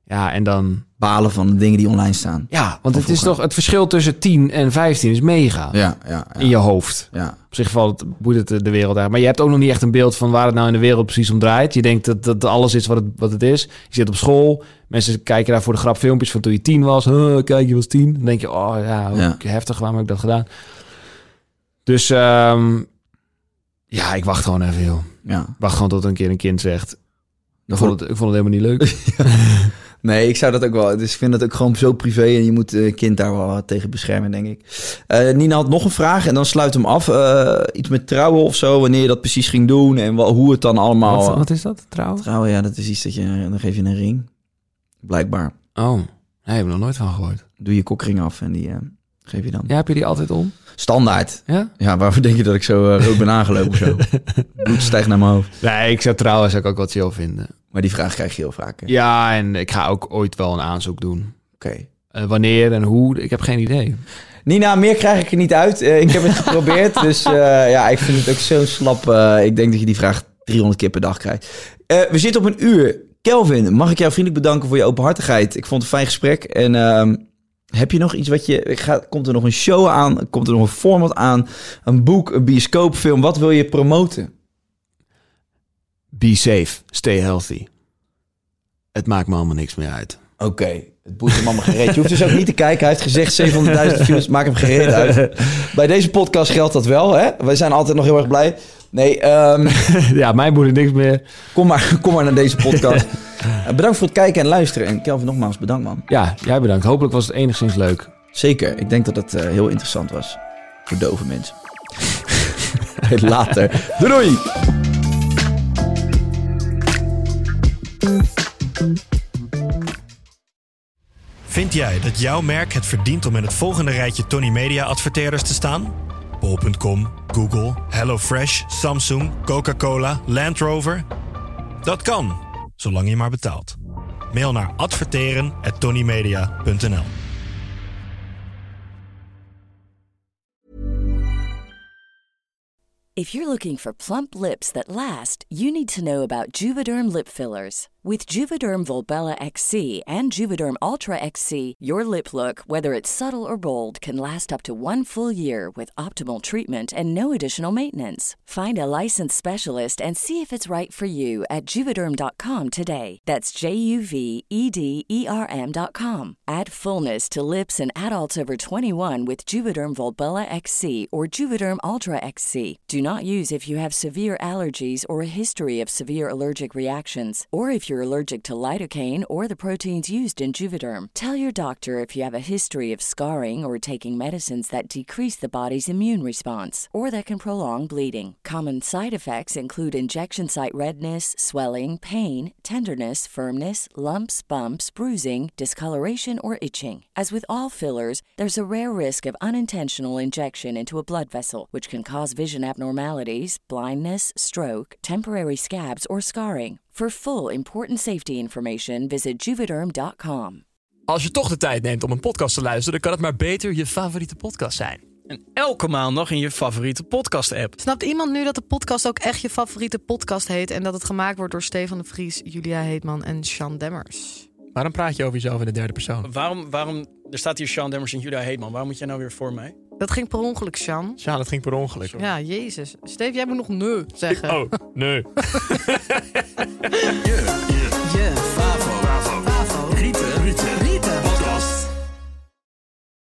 Ja, en dan... Balen van de dingen die online staan. Ja, want het is toch... Het verschil tussen tien en vijftien is mega. Ja, ja, ja. In je hoofd. Ja. Op zich valt het, boeit het de wereld uit. Maar je hebt ook nog niet echt een beeld van waar het nou in de wereld precies om draait. Je denkt dat, dat alles is wat het, wat het is. Je zit op school. Mensen kijken daar voor de grap filmpjes van toen je tien was. Huh, kijk, je was tien. Dan denk je, oh ja, hoe Ja. heftig. Waarom heb ik dat gedaan? Dus um, ja, ik wacht gewoon even, joh. Ja. Ik wacht gewoon tot een keer een kind zegt... Ik Voor- vond, het, ik vond het helemaal niet leuk. Nee, ik zou dat ook wel. Dus ik vind dat ook gewoon zo privé. En je moet een kind daar wel tegen beschermen, denk ik. Uh, Nina had nog een vraag en dan sluit hem af. Uh, iets met trouwen of zo. Wanneer je dat precies ging doen en wel, hoe het dan allemaal... Wat, wat is dat, trouwens? Trouwen, ja, dat is iets dat je... Dan geef je een ring. Blijkbaar. Oh, nee, heb ik nog nooit van gehoord. Doe je kokring af en die uh, geef je dan. Ja, heb je die altijd om? Standaard. Ja? Ja, waarvoor denk je dat ik zo uh, rood ben aangelopen of zo? Bloed stijgt naar mijn hoofd. Nee, ik zou trouwen zou ik ook wel chill vinden. Maar die vraag krijg je heel vaak. Hè? Ja, en ik ga ook ooit wel een aanzoek doen. Oké. Okay. Uh, wanneer en hoe, ik heb geen idee. Nina, meer krijg ik er niet uit. Uh, ik heb het geprobeerd, dus uh, ja, ik vind het ook zo slap. Uh, ik denk dat je die vraag driehonderd keer per dag krijgt. Uh, we zitten op een uur. Kelvin, mag ik jou vriendelijk bedanken voor je openhartigheid. Ik vond het een fijn gesprek. En uh, heb je nog iets wat je... Gaat, komt er nog een show aan? Komt er nog een format aan? Een boek, een bioscoopfilm? Wat wil je promoten? Be safe, stay healthy. Het maakt me allemaal niks meer uit. Oké, okay. Het boeit hem allemaal gereed. Je hoeft dus ook niet te kijken. Hij heeft gezegd zevenhonderdduizend views, maak hem gereed uit. Bij deze podcast geldt dat wel, hè? Wij zijn altijd nog heel erg blij. Nee, um, ja, mij boeit niks meer. Kom maar, kom maar naar deze podcast. Uh, bedankt voor het kijken en luisteren. En Kelvin, nogmaals bedankt, man. Ja, jij bedankt. Hopelijk was het enigszins leuk. Zeker. Ik denk dat het uh, heel interessant was. Voor dove mensen. Later. Doei doei! Vind jij dat jouw merk het verdient om in het volgende rijtje Tony Media adverteerders te staan? bol punt com, Google, HelloFresh, Samsung, Coca-Cola, Land Rover? Dat kan, zolang je maar betaalt. Mail naar adverteren at tonymedia punt n l. If you're looking for plump lips that last, you need to know about Juvederm lip fillers. With Juvederm Volbella X C and Juvederm Ultra X C, your lip look, whether it's subtle or bold, can last up to one full year with optimal treatment and no additional maintenance. Find a licensed specialist and see if it's right for you at juvederm dot com today. That's J U V E D E R M dot com. Add fullness to lips in adults over twenty-one with Juvederm Volbella X C or Juvederm Ultra X C. Do not use if you have severe allergies or a history of severe allergic reactions, or if you're allergic to lidocaine or the proteins used in Juvederm. Tell your doctor if you have a history of scarring or taking medicines that decrease the body's immune response or that can prolong bleeding. Common side effects include injection site redness, swelling, pain, tenderness, firmness, lumps, bumps, bruising, discoloration, or itching. As with all fillers, there's a rare risk of unintentional injection into a blood vessel, which can cause vision abnormalities, blindness, stroke, temporary scabs, or scarring. For full important safety information, visit juvederm dot com. Als je toch de tijd neemt om een podcast te luisteren, dan kan het maar beter je favoriete podcast zijn. En elke maandag in je favoriete podcast-app. Snapt iemand nu dat de podcast ook echt je favoriete podcast heet en dat het gemaakt wordt door Stefan de Vries, Julia Heetman en Sean Demmers? Waarom praat je over jezelf in de derde persoon? Waarom, waarom, er staat hier Sean Demmers en Julia Heetman. Waarom moet jij nou weer voor mij? Dat ging per ongeluk, Sean. Ja, dat ging per ongeluk. Ja, jezus. Steve, jij moet nog nee zeggen. Oh, nee. Yeah.